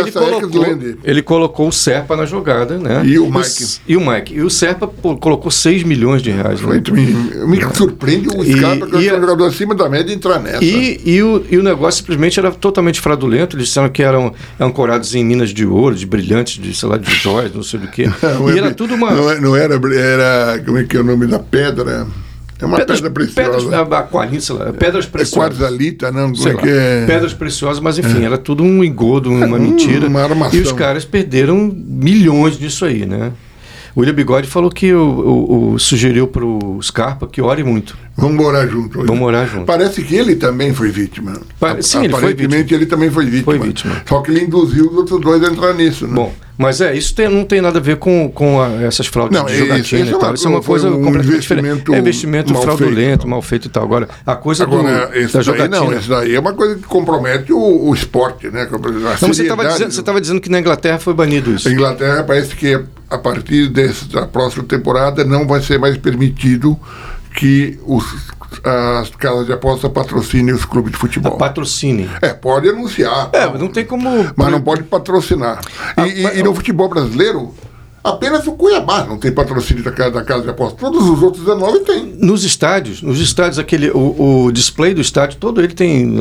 ele colocou o Serpa na jogada, né? E o Mike. E o Serpa colocou 6 milhões de reais. Né? Me surpreende o Scarpa, que é um jogador acima da média, entrar nessa. E o negócio simplesmente era totalmente fraudulento. Eles disseram que é um ancorados em minas de ouro, de brilhantes, de, sei lá, de joias, não sei do que. E era tudo uma... Não era... Como é que é o nome da pedra? É uma pedra preciosa. Aqualina, sei lá, pedras preciosas. Quartzalita, não? Sei lá, pedras preciosas, mas enfim, era tudo um engodo, uma mentira. Uma armação. E os caras perderam milhões disso aí, né? O William Bigode falou que sugeriu para o Scarpa que ore muito. Vamos morar junto. Vamos morar junto. Parece que ele também foi vítima. Sim, aparentemente ele também foi vítima. Foi vítima. Só que ele induziu os outros dois a entrar nisso. Né? Bom, mas isso não tem nada a ver com essas fraudes de jogatina e tal. Isso é uma coisa completamente diferente. É investimento fraudulento, mal feito e tal. Agora, a coisa da jogatina... Não, isso daí é uma coisa que compromete o esporte, né? Você estava dizendo que na Inglaterra foi banido isso. Na Inglaterra parece que a partir da próxima temporada não vai ser mais permitido que as casas de aposta patrocinem os clubes de futebol. Patrocinem. Pode anunciar. Não tem como... Mas não pode patrocinar. E no futebol brasileiro, apenas o Cuiabá não tem patrocínio da casa de aposta. Todos os outros 19 têm. Nos estádios, o display do estádio, todo ele tem...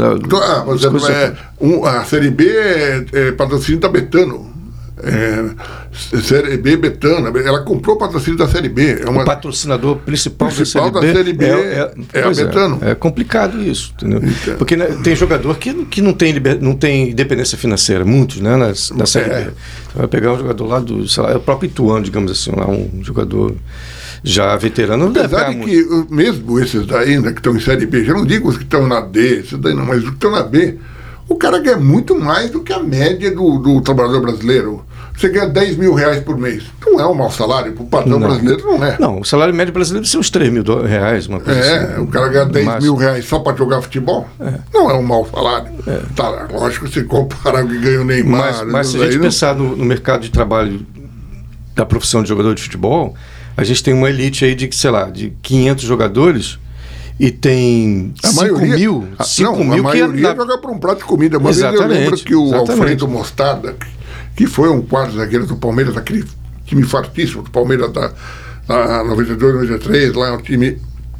A Série B é patrocínio da Betano. Série B Betano, ela comprou o patrocínio da Série B. O patrocinador principal da Série B é a Betano. É complicado isso, entendeu? Então. Porque tem jogador que não tem independência financeira, muitos, né, na Série B. Vai pegar um jogador lá do, sei lá, é o próprio Ituano, digamos assim, lá um jogador já veterano. Apesar de que mesmo esses daí, né, que estão em Série B, já não digo os que estão na D, esses daí não, mas os que estão na B, o cara ganha muito mais do que a média do trabalhador brasileiro. Você ganha 10 mil reais por mês. Não é um mau salário. Para o padrão brasileiro, não é. Não, o salário médio brasileiro deve ser uns 3 mil reais, uma coisa assim. O cara ganha 10 mil reais só para jogar futebol. Não é um mau salário. Tá, lógico que você comparar o que ganha o Neymar. Mas se a gente pensar no mercado de trabalho da profissão de jogador de futebol, a gente tem uma elite aí de, sei lá, de 500 jogadores... E tem 5 mil. A maioria joga para um prato de comida. Uma vez eu lembro que o Alfredo Mostarda, que foi um quarto zagueiro do Palmeiras, aquele time fartíssimo do Palmeiras da 92, 93, lá um time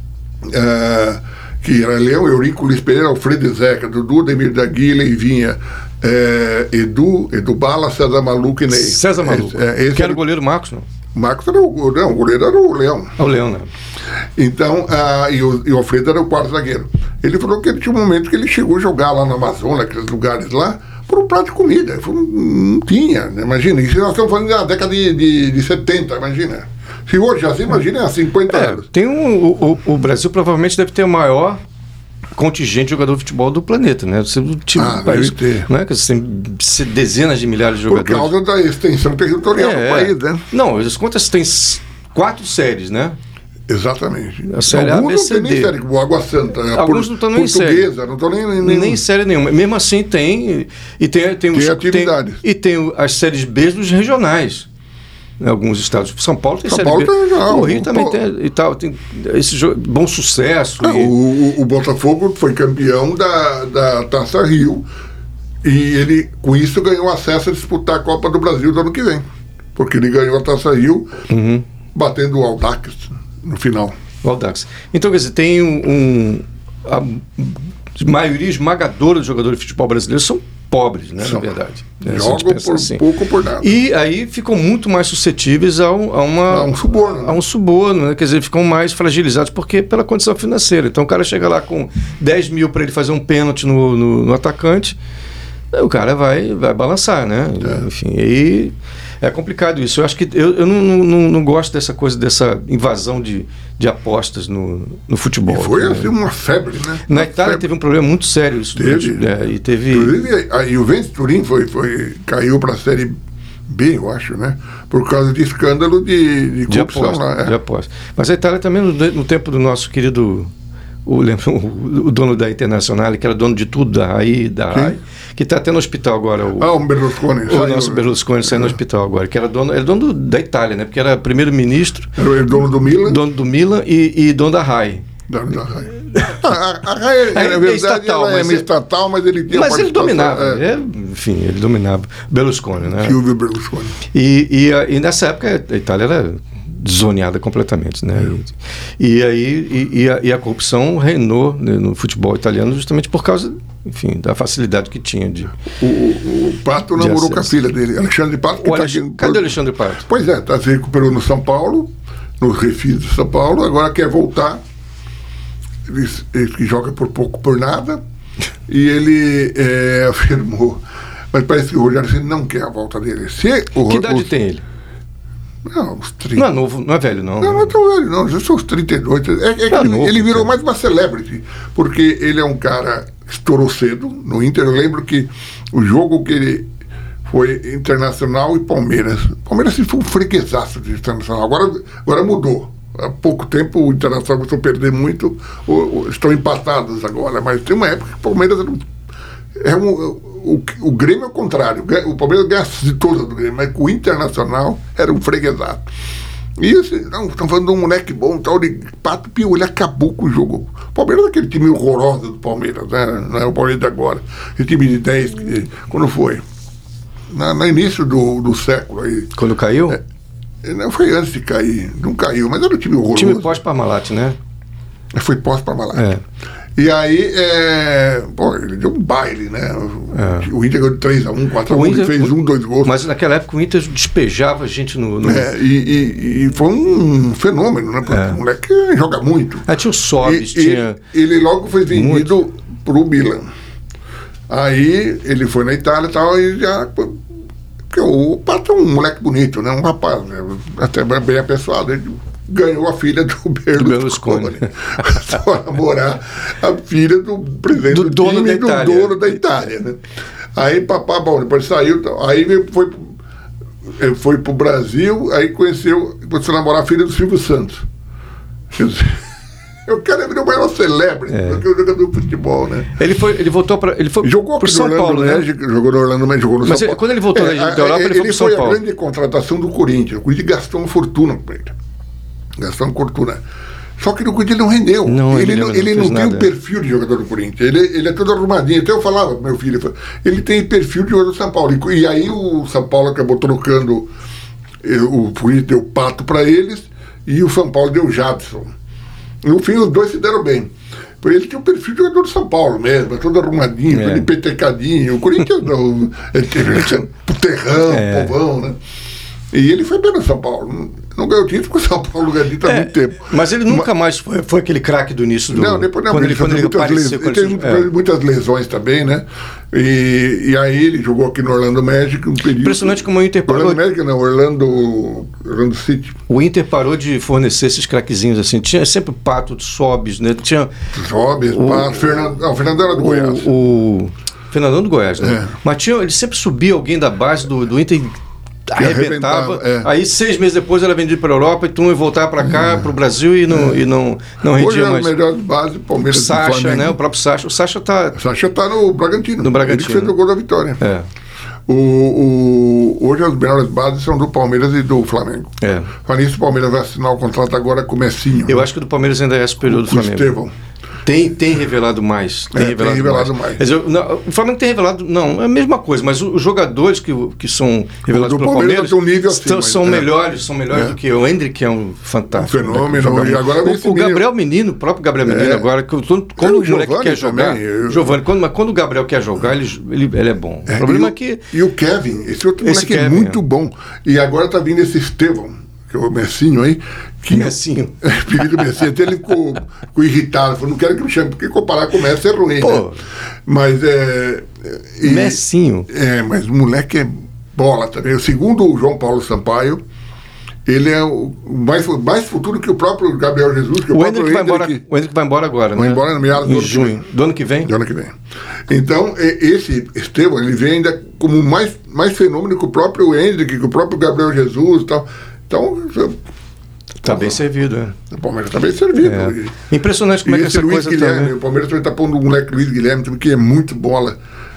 que era Leão, Eurico, Luiz Pereira, Alfredo Zeca, Dudu, Demir da Guilha e vinha Edu Bala, César Maluco e Ney. César Maluco. Que era o goleiro Marcos, não? Marcos era o goleiro era o Leão. O Leão, né? Então, e o Alfredo era o quarto zagueiro. Ele falou que ele tinha um momento que ele chegou a jogar lá no Amazonas, aqueles lugares lá, por um prato de comida. Ele falou, não tinha, né? Imagina. Isso nós estamos falando da década de 70, imagina. Se hoje assim, imagina há 50 anos. Tem o Brasil provavelmente deve ter o maior contingente de jogador de futebol do planeta, né? Deve ter. Né? Você tem dezenas de milhares de jogadores. Por causa da extensão territorial do país, né? Não, as contas têm 4 séries, né? Exatamente. A série A, B, C, D. Não tem nem série, como Água Santa. Alguns não estão nem em série. Não estão nem série nenhuma. Mesmo assim tem. E tem atividades. E tem as séries B dos regionais. Em alguns estados. São Paulo tem série B. O Rio também tem e tal. Tem esse bom sucesso. O Botafogo foi campeão da Taça Rio. E ele, com isso, ganhou acesso a disputar a Copa do Brasil do ano que vem. Porque ele ganhou a Taça Rio batendo o Audax no final. O Audax. Então, quer dizer, tem a maioria esmagadora dos jogadores de futebol brasileiro são pobres, né, na verdade. Jogam por assim. Pouco por nada. E aí ficam muito mais suscetíveis a um suborno. A um suborno, né? Quer dizer, ficam mais fragilizados pela condição financeira. Então o cara chega lá com 10 mil para ele fazer um pênalti no atacante, o cara vai balançar, né? Enfim, aí é complicado isso. Eu acho que eu não gosto dessa coisa, dessa invasão de apostas no futebol. E foi assim uma febre, né? Na Itália teve um problema muito sério isso. Inclusive, a Juventus Turim caiu para a Série B, eu acho, né? Por causa de escândalo de corrupção lá. De aposta. Mas a Itália também, no tempo do nosso querido... O dono da Internacional, que era dono de tudo, da RAI, que está até no hospital agora. O Berlusconi. O nosso Berlusconi saiu no hospital agora, que era dono da Itália, né? Porque era primeiro-ministro. Era dono do Milan. Dono do Milan e dono da RAI. Dono da RAI. A RAI, na verdade, estatal, ela é estatal, mas ele tinha Mas ele dominava. Enfim, ele dominava. Berlusconi, né? Silvio Berlusconi. E nessa época a Itália era zoneada completamente, né? E aí a corrupção reinou, né, no futebol italiano justamente por causa enfim, da facilidade que tinha de... O Pato namorou com a filha dele, Alexandre Pato. Cadê o Alexandre Pato? Pois é, se recuperou no São Paulo, no Refis de São Paulo, agora quer voltar. Ele que joga por pouco por nada, e ele afirmou, mas parece que o Rogério Ceni não quer a volta dele. Que idade tem ele? Não, uns 30. Não é novo, não é velho, não. Não é tão velho, não. Já são uns 32. Ele virou mais uma celebrity, porque ele é um cara que estourou cedo no Inter. Eu lembro que o jogo que ele foi Internacional e Palmeiras. Palmeiras foi um freguesaço de Internacional. Agora mudou. Há pouco tempo o Internacional começou a perder muito, estão empatados agora, mas tem uma época que o Palmeiras o Grêmio é o contrário. O Palmeiras ganha de todas do Grêmio, mas o Internacional era um freguesado. E estão falando de um moleque bom, tal de Pato Pio, ele acabou com o jogo. O Palmeiras é aquele time horroroso do Palmeiras, né? Não é o Palmeiras de agora. Esse time de 10, quando foi? No início do século aí. Quando caiu? Não foi antes de cair, não caiu, mas era um time horroroso. Time pós-Parmalat, né? Foi pós-Parmalat. E aí, ele deu um baile, né? O Inter ganhou de 3-1, 4-1, ele fez 2 gols. Mas naquela época o Inter despejava a gente no... E foi um fenômeno, né? Porque o moleque joga muito. Tinha o Sobis, tinha... Ele logo foi vendido pro Milan. Aí ele foi na Itália e tal, e já... Porque o Pato é um moleque bonito, né? Um rapaz, né? Até bem apessoado. Ele ganhou a filha do Berlusconi. Só namorar a filha do presidente do dono time, da dono da Itália, né? Aí bom, depois saiu, aí foi pro Brasil, aí começou a namorar a filha do Silvio Santos. Quer dizer, eu quero ver o maior celebrity do que o jogador de futebol, né? Ele voltou para... Ele foi jogou pro São Paulo, né? Jogou no Orlando México, jogou no São Paulo. Quando ele voltou da Europa, ele foi pro São Paulo. Ele foi a grande contratação do Corinthians. O Corinthians gastou uma fortuna com ele. Gastou uma fortuna. Só que no Corinthians ele não rendeu. Ele não tem o perfil de jogador do Corinthians. Ele é todo arrumadinho. Até eu falava pro meu filho, ele tem perfil de jogador do São Paulo. E aí o São Paulo acabou trocando, o Corinthians deu Pato para eles e o São Paulo deu Jadson. No fim, os dois se deram bem. Ele tinha o perfil de jogador do São Paulo mesmo, todo arrumadinho, todo empetecadinho. O Corinthians não. Ele teve terrão, povão, né? E ele foi bem no São Paulo. Não ganhou título com o São Paulo ganhou título há muito tempo. Mas ele nunca mais foi aquele craque do início do... Não, depois não. Quando ele apareceu. Ele teve muitas lesões também, né? E aí ele jogou aqui no Orlando Magic um período... Impressionante como o Inter parou... Orlando Magic não, Orlando City. O Inter parou de fornecer esses craquezinhos assim. Tinha sempre Pato, Sobis, né? Tinha... Sobis, Pato, Fernandão era do Goiás. O Fernandão do Goiás, né? Mas ele sempre subia alguém da base do Inter... arrebentava, aí 6 meses depois ela vendia para a Europa e tu ia voltar para cá, para o Brasil e não rendia hoje mais. Hoje é o melhor de base, Palmeiras, Sacha, né? O próprio Sacha. O Sacha está no Bragantino. No Bragantino. Ele que fez o gol da vitória. Hoje as melhores bases são do Palmeiras e do Flamengo. Falando isso, o Palmeiras vai assinar o contrato agora com o Messinho. Eu acho que o do Palmeiras ainda é superior do Flamengo. Estevão. Tem revelado mais. Tem revelado mais. Quer dizer, o Flamengo tem revelado... Não, é a mesma coisa, mas os jogadores que são revelados pelo Palmeiras são melhores do que o Hendrick, que é um fantástico. Um fenômeno. E agora o Gabriel Menino, o próprio Gabriel Menino, agora, quando o moleque quer jogar... Giovani, quando o Gabriel quer jogar, ele é bom. O problema é que... E o Kevin, esse outro moleque é muito bom. E agora tá vindo esse Estevão, que é o Messinho aí. Messinho. Pedido Messinho. Até ele ficou irritado. Falou, não quero que me chame, porque comparar com o Messi é ruim, né? Mas Messinho. Mas o moleque é bola também. Segundo o João Paulo Sampaio, ele é o mais futuro que o próprio Gabriel Jesus. Que o Hendrick vai embora agora, vai embora no meados em junho. Do ano que vem? Do ano que vem. Então, esse Estevão, ele vem ainda como mais fenômeno que o próprio Hendrick, que o próprio Gabriel Jesus e tal. Então... Está bem servido, O Palmeiras está bem servido. Impressionante como é que essa Luiz coisa Guilherme, o Palmeiras também está pondo o moleque Luiz Guilherme, que é muito bola.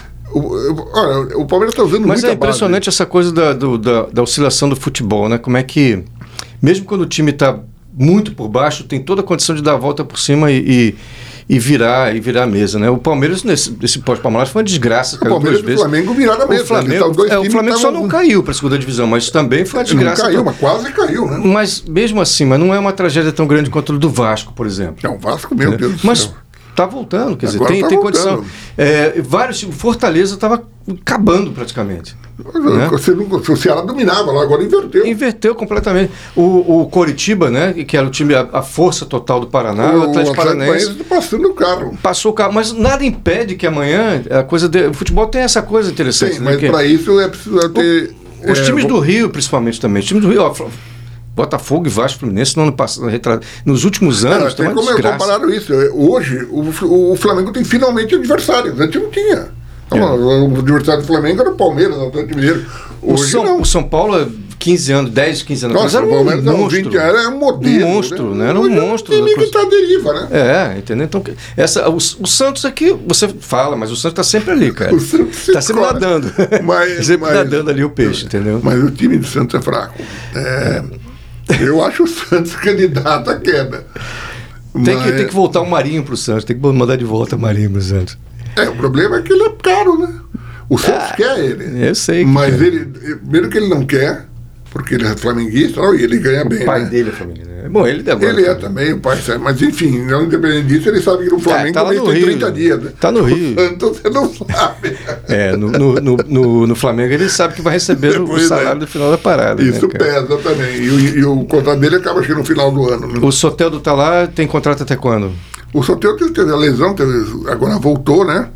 O Palmeiras está usando Mas muita é impressionante essa coisa da oscilação do futebol, né? Como é que, mesmo quando o time está muito por baixo, tem toda a condição de dar a volta por cima e virar a mesa, né? O Palmeiras, nesse pós-Palmeiras, foi uma desgraça. O Palmeiras e o Flamengo viraram a mesa. O Flamengo só não caiu para a segunda divisão, mas também foi uma desgraça. Não caiu, mas quase caiu, né? Mas mesmo assim, não é uma tragédia tão grande quanto a do Vasco, por exemplo. O Vasco, meu Deus do céu. Tá voltando, quer dizer, Agora tá tem voltando. condição. O Fortaleza estava acabando praticamente. Né? O Ceará dominava lá, agora inverteu. Inverteu completamente. O Coritiba, né, que era o time, a força total do Paraná, o Atlético Paranaense passando o carro. passou o carro, mas nada impede que amanhã o futebol tem essa coisa interessante. Sim, né, mas para isso é preciso ter... Os times do Rio, principalmente também, os times do Rio, Botafogo e Vasco Fluminense no ano passado, nos últimos anos, tem como compararam isso. Hoje, o Flamengo tem finalmente adversários. Antes não tinha. O adversário do Flamengo era o Palmeiras, o Atlético Mineiro. Hoje não. O São Paulo, 15 anos atrás, era um monstro. 20 anos era um modelo. Um monstro, né? Era um hoje monstro. É um time que está à deriva, né? Entendeu? Então, o Santos aqui, você fala, mas o Santos está sempre ali, cara. O Santos está sempre nadando. Sempre nadando ali o peixe, entendeu? Mas o time do Santos é fraco. Eu acho o Santos candidato à queda. Tem que voltar o Marinho pro Santos, tem que mandar de volta o Marinho pro Santos. O problema é que ele é caro, né? O Santos quer ele. Eu sei. Mas ele, primeiro que ele não quer, porque ele é flamenguista, e ele ganha bem. O pai né? dele é flamenguista. Bom, ele agora. Ele é também, o pai sabe. Mas enfim, não independente disso, ele sabe que no Flamengo tá também tem 30 dias. Né? Tá no Rio. Então você não sabe. No Flamengo ele sabe que vai receber o salário do final da parada. Isso, né, pesa também. E o contrato dele acaba chegando no final do ano. Né? O Soteldo tá lá, tem contrato até quando? O Soteldo teve a lesão, agora voltou, né?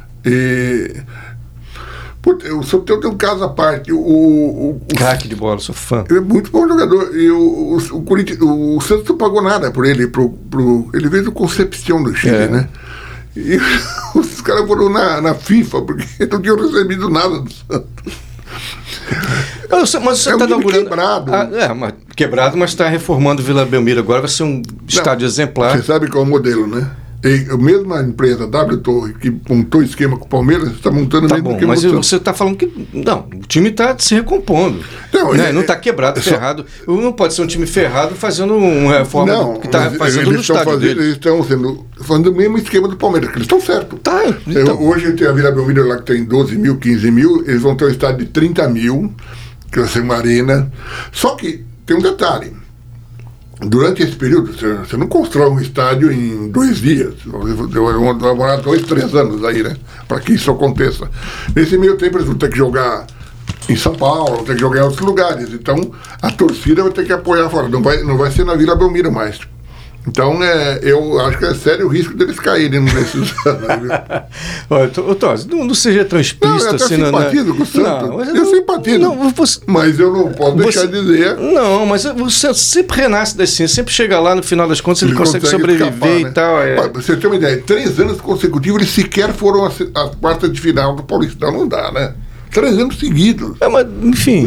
O Soteldo tem um caso à parte. O craque de bola, sou fã. Ele é muito bom jogador. E o Santos não pagou nada por ele. Ele veio do Concepción do Chile, né? E os caras foram na FIFA, porque não tinham recebido nada do Santos. Mas você está inaugurando. Quebrado. Quebrado, mas está reformando Vila Belmiro agora, vai ser um estádio exemplar. Você sabe qual é o modelo, né? A mesma empresa, W Torre, que montou o esquema com o Palmeiras, está montando o mesmo esquema. Mas você está falando que. Não, o time está se recompondo. Não está quebrado, ferrado. Não pode ser um time ferrado fazendo uma reforma que está fazendo no estádio dele. Eles estão fazendo o mesmo esquema do Palmeiras, que eles estão certos. Hoje tem a Vila Belmiro lá que tem 12 mil, 15 mil, eles vão ter um estádio de 30 mil, que vai ser uma arena. Só que tem um detalhe. Durante esse período, você não constrói um estádio em 2 dias. Vai demorar 2, 3 anos aí, né? Para que isso aconteça. Nesse meio tempo, eles vão ter que jogar em São Paulo, vão ter que jogar em outros lugares. Então, a torcida vai ter que apoiar fora. Não vai ser na Vila Belmiro mais. Então, eu acho que é sério o risco deles caírem nesses anos. Olha, Tosi, não seja tão explícito eu assim. Eu simpatizo com o Santos. Eu simpatizo. Mas eu não posso deixar de dizer. Não, mas o Santos sempre renasce das cinzas, sempre chega lá no final das contas, ele consegue sobreviver escapar, e tal. Pra você ter uma ideia, 3 anos consecutivos eles sequer foram às quartas de final do Paulistão. Não dá, né? 3 anos seguidos. Mas, enfim.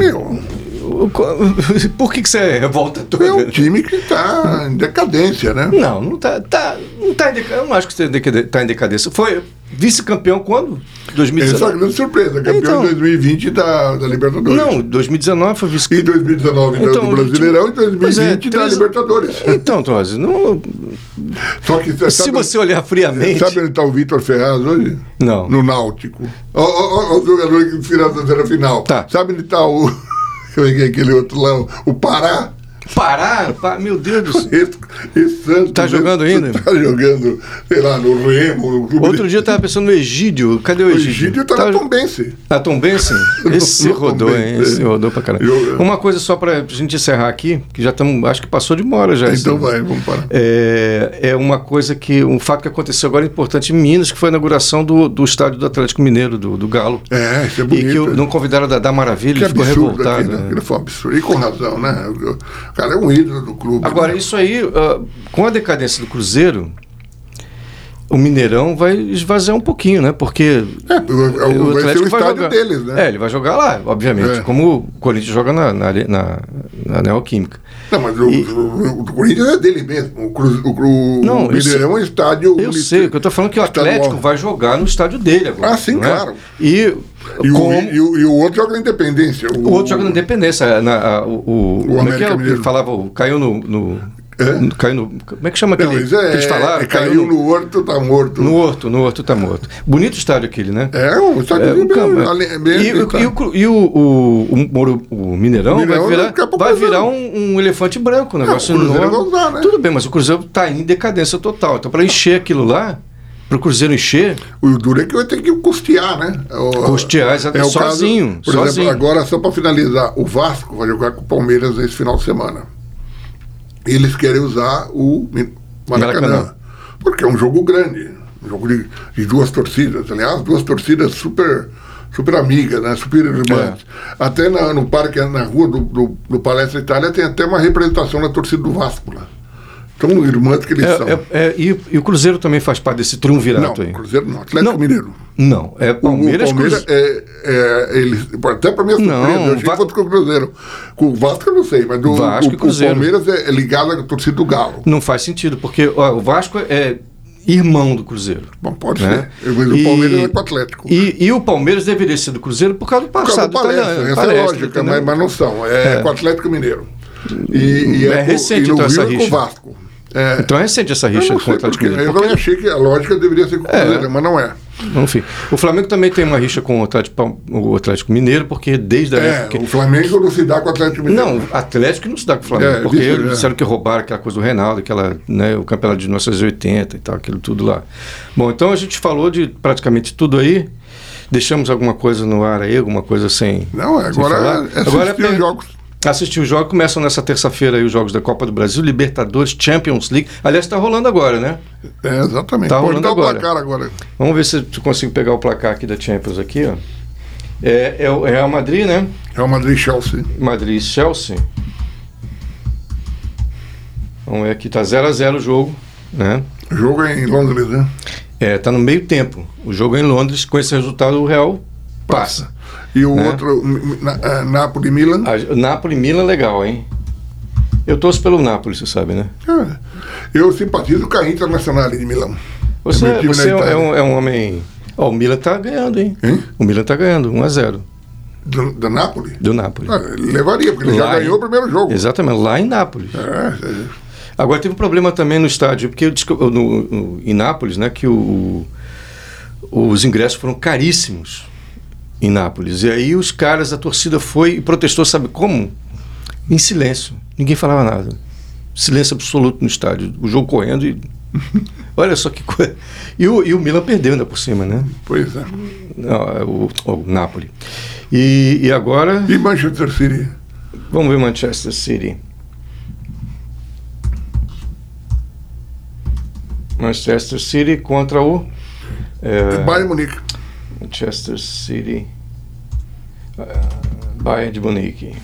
Por que você revolta todo? É um time que está em decadência, né? Não está em decadência. Eu não acho que está em decadência. Foi vice-campeão quando? 2019. Essa é uma grande surpresa. Campeão em 2020 da Libertadores. Não, 2019 foi vice-campeão. E 2019 do Brasileirão e 2020 da Libertadores. Então, Tosi, não... Só que, se você olhar friamente... Sabe onde está o Vitor Ferraz hoje? Não. No Náutico. Olha o jogador que fizeram a final. Tá. Sabe onde está o... aquele outro lá, o Pará? Pará? Meu Deus do céu. Esse Santos. Tá jogando ainda? Tá jogando, sei lá, no Remo. Outro dia eu tava pensando no Egídio. Cadê o Egídio? O Egídio tá na Tombense. Na Tombense? Esse rodou, hein? Esse rodou pra caramba. Uma coisa só pra gente encerrar aqui, que já estamos, acho que passou de uma hora já. Então vamos parar. É uma coisa um fato que aconteceu agora importante em Minas, que foi a inauguração do estádio do Atlético Mineiro, do Galo. Isso é bonito. E que não convidaram da Maravilha, ele ficou revoltado. Aqui, né? Foi um absurdo. E com razão, né? O cara é um ídolo do clube. Agora, isso aí, com a decadência do Cruzeiro, o Mineirão vai esvaziar um pouquinho, né? Porque o vai ser o estádio deles, né? Ele vai jogar lá, obviamente, como o Corinthians joga na Neoquímica. Não, mas o Corinthians é dele mesmo. O Mineirão é um estádio... Eu sei, o que eu estou falando é que o Atlético vai jogar no estádio dele agora. Sim, claro. E o outro joga na Independência. O outro joga na Independência. Como é que ele falava? Caiu caiu no... Como é que chama aquele? Que eles falaram? Caiu no Horto, tá morto. No Horto tá morto. Bonito estádio aquele, né? Um estádio E o Mineirão vai virar um elefante branco, um negócio enorme. Né? Tudo bem, mas o Cruzeiro tá em decadência total. Então, para encher aquilo lá, para o Cruzeiro encher... O duro é que vai ter que custear, né? Custear, sozinho. Por exemplo, agora, só para finalizar, o Vasco vai jogar com o Palmeiras esse final de semana. Eles querem usar o Maracanã. Porque é um jogo grande. Um jogo de duas torcidas. Aliás, duas torcidas super amigas, né? Super irmãs. Até no parque, na rua do Palestra Itália, tem até uma representação da torcida do Vasco lá. Tão irmãs que eles são. E o Cruzeiro também faz parte desse triunvirato aí? Não, Cruzeiro não. Atlético Mineiro. Não, é Palmeiras. O Palmeiras eles, até para minha surpresa, eu achei que fosse com o Cruzeiro. Com o Vasco eu não sei, mas o Palmeiras é ligado à torcida do Galo. Não faz sentido, porque o Vasco é irmão do Cruzeiro. Bom, pode ser. Mas o Palmeiras é com o Atlético. E o Palmeiras deveria ser do Cruzeiro por causa do passado italiano. Essa é lógica, mas não são. É com o Atlético Mineiro. E é recente, então, essa rixa. Com o Vasco. Então é recente essa rixa com o Atlético Mineiro. Eu também achei que a lógica deveria ser com o Cruzeiro, mas não é. Enfim, o Flamengo também tem uma rixa com o Atlético Mineiro, porque desde a época... O Flamengo não se dá com o Atlético Mineiro. Não, o Atlético não se dá com o Flamengo, porque eles disseram que roubaram aquela coisa do Reinaldo, o campeonato de 1980 e tal, aquilo tudo lá. Bom, então a gente falou de praticamente tudo aí. Deixamos alguma coisa no ar aí, alguma coisa sem... Não, agora assistir os jogos. Assistir os jogos, começam nessa terça-feira aí os jogos da Copa do Brasil, Libertadores, Champions League. Aliás, está rolando agora, né? Exatamente. Tá rolando agora. O placar agora. Vamos ver se eu consigo pegar o placar aqui da Champions aqui, ó. É o Real Madrid, né? Real Madrid Chelsea. Madrid Chelsea. Vamos ver aqui, tá 0-0 o jogo, né? O jogo é em Londres, né? Tá no meio tempo. O jogo é em Londres, com esse resultado o Real passa. E o outro, Napoli-Milan? Napoli-Milan legal, hein? Eu torço pelo Napoli, você sabe, né? Eu simpatizo com a Internacional de Milão. Você é um homem... o Milan tá ganhando, hein? O Milan tá ganhando, 1-0. Do Napoli? Do Napoli. Levaria, porque ele já ganhou o primeiro jogo. Exatamente, lá em Nápoles. Agora teve um problema também no estádio, porque em Nápoles, né, que os ingressos foram caríssimos em Nápoles. E aí os caras, a torcida foi e protestou, sabe como? Em silêncio. Ninguém falava nada. Silêncio absoluto no estádio. O jogo correndo e... Olha só que coisa. E o Milan perdeu ainda por cima, né? Pois é. Não, o Napoli. E agora... E Manchester City? Vamos ver Manchester City. Manchester City contra o... Bayern Munique. Manchester City, Bayern de Munique.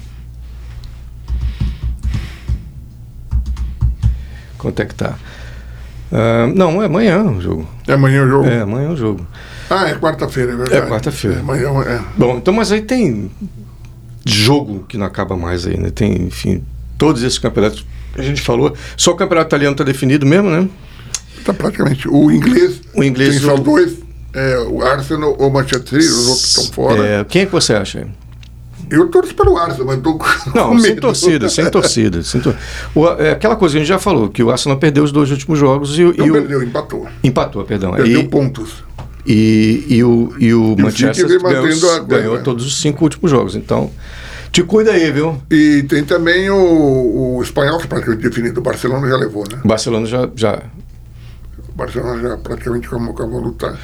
Quanto é que tá? Não, é amanhã o jogo. É amanhã o jogo? É amanhã o jogo. É quarta-feira, é verdade. É quarta-feira. Amanhã Bom, então, mas aí tem jogo que não acaba mais aí, né? Tem, enfim, todos esses campeonatos que a gente falou. Só o campeonato italiano está definido mesmo, né? Está praticamente. O inglês tem só dois. O Arsenal ou o Manchester City, os outros estão fora. Quem é que você acha? Eu torço pelo Arsenal, mas estou com medo. Sem torcida. Aquela coisa que a gente já falou, que o Arsenal perdeu os 2 últimos jogos perdeu, empatou. Empatou, perdão. Perdeu pontos. E o Manchester ganhou todos os 5 últimos jogos. Então, te cuida aí, viu? E tem também o espanhol, que praticamente definido. O Barcelona já levou, né? O Barcelona já... O Barcelona já praticamente acabou de lutar.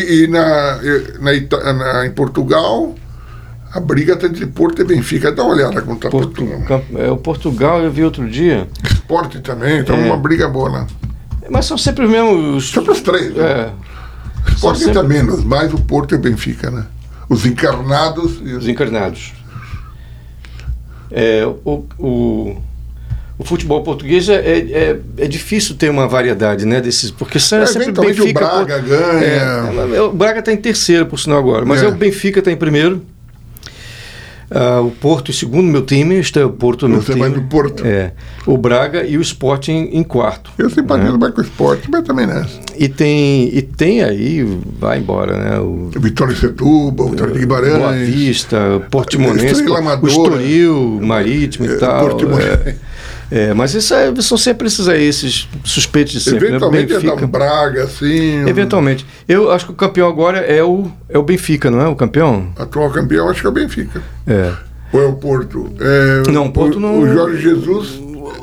Em Portugal, a briga está entre Porto e Benfica. Dá uma olhada como está Portugal. O Portugal, eu vi outro dia. Sport também, então uma briga boa lá. Mas são sempre os mesmos... Sempre os 3. Né? Sport está menos, mais o Porto e o Benfica, né? Os encarnados. Os encarnados. O futebol português é difícil ter uma variedade, né, desses, porque sempre o Benfica... O Braga ganha... o Braga está em terceiro, por sinal, agora, mas o Benfica está em primeiro. O Porto em segundo, meu time, o Porto meu time. Você vai do Porto. O Braga e o Sport em quarto. Eu simpatizo mais com o Sport, mas também nessa. E tem aí, vai embora, né? O Vitória de Setúbal, o Vitória de Guimarães, Boa Vista, Portimonense, o Estoril, Marítimo e tal. Mas são sempre esses suspeitos de sempre. Eventualmente é da Braga, assim. Eventualmente. Eu acho que o campeão agora é o Benfica, não é o campeão? Atual campeão, acho que é o Benfica. Ou é o Porto? Não, o Porto não. O Jorge Jesus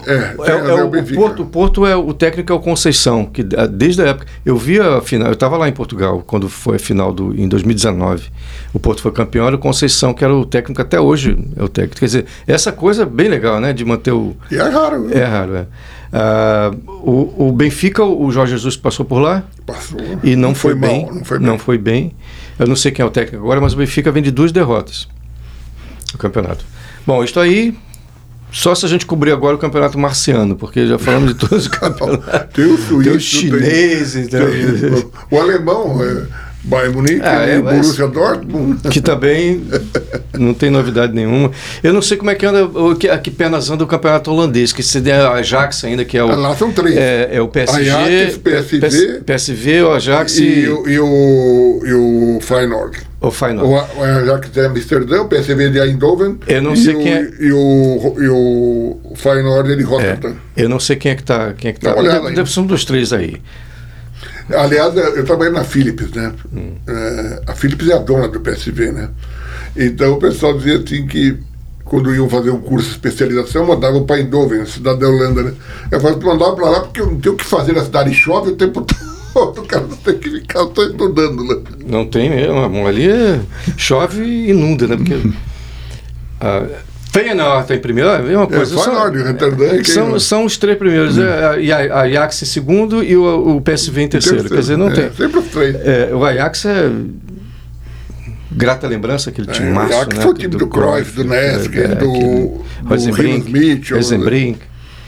O Porto o técnico é o Conceição, que desde a época, eu vi a final, eu estava lá em Portugal, quando foi a final em 2019, o Porto foi campeão, era o Conceição, que era o técnico, até hoje é o técnico, quer dizer, essa coisa é bem legal, né, de manter o... E é raro. É raro, o Benfica, o Jorge Jesus passou por lá? Passou. E não foi bem. Não foi bem. Eu não sei quem é o técnico agora, mas o Benfica vem de 2 derrotas no campeonato. Bom, isto aí, só se a gente cobrir agora o campeonato marciano, porque já falamos de todos os campeonatos. Tem o suíço, tem os chineses. O alemão, Bayern Munique, Borussia Dortmund. Que também não tem novidade nenhuma. Eu não sei como é que anda, que pernas anda o campeonato holandês, que se der a Ajax ainda, que é o... Lá são 3. É o PSG, Ajax, PSV, o Ajax e o Feyenoord. O Feyenoord. O Ajax de Amsterdã, o PSV de Eindhoven. Eu não sei quem é. E o Feyenoord é de Rotterdam. Eu não sei quem é que tá. Deve ser um dos 3 aí. Aliás, eu trabalhei na Philips, né? A Philips é a dona do PSV, né? Então o pessoal dizia assim que quando iam fazer um curso de especialização, mandavam para Eindhoven, cidade da Holanda, né? Eu falava, mandava para lá porque eu não tenho o que fazer na cidade, chove o tempo todo, o cara não tem que ficar, eu estou inundando lá. Não tem mesmo, ali chove e inunda, né? Porque... Feyenoord tem primeiro, é a mesma coisa. São os 3 primeiros, a Ajax em segundo e o PSV em terceiro. Quer dizer, não tem. Sempre os 3. O Ajax é grata lembrança, aquele time massa. O Ajax foi o time do Cruyff, do Nesker, do Rosenbrink,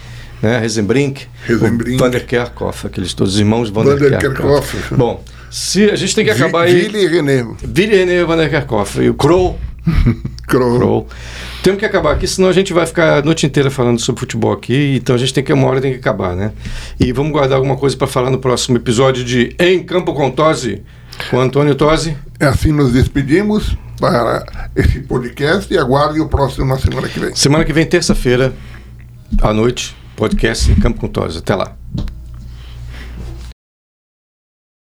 o Van der Kerkhoff, aqueles todos os irmãos Van der Kerkhoff. Bom, a gente tem que acabar aí. Willy e René Van der Kerkhoff e o Kroll. Temos que acabar aqui, senão a gente vai ficar a noite inteira falando sobre futebol aqui, então a gente uma hora tem que acabar, né? E vamos guardar alguma coisa para falar no próximo episódio de Em Campo com Tosi, com Antônio Tosi. Assim nos despedimos para esse podcast e aguardem o próximo na semana que vem. Semana que vem, terça-feira, à noite, podcast Em Campo com Tosi. Até lá.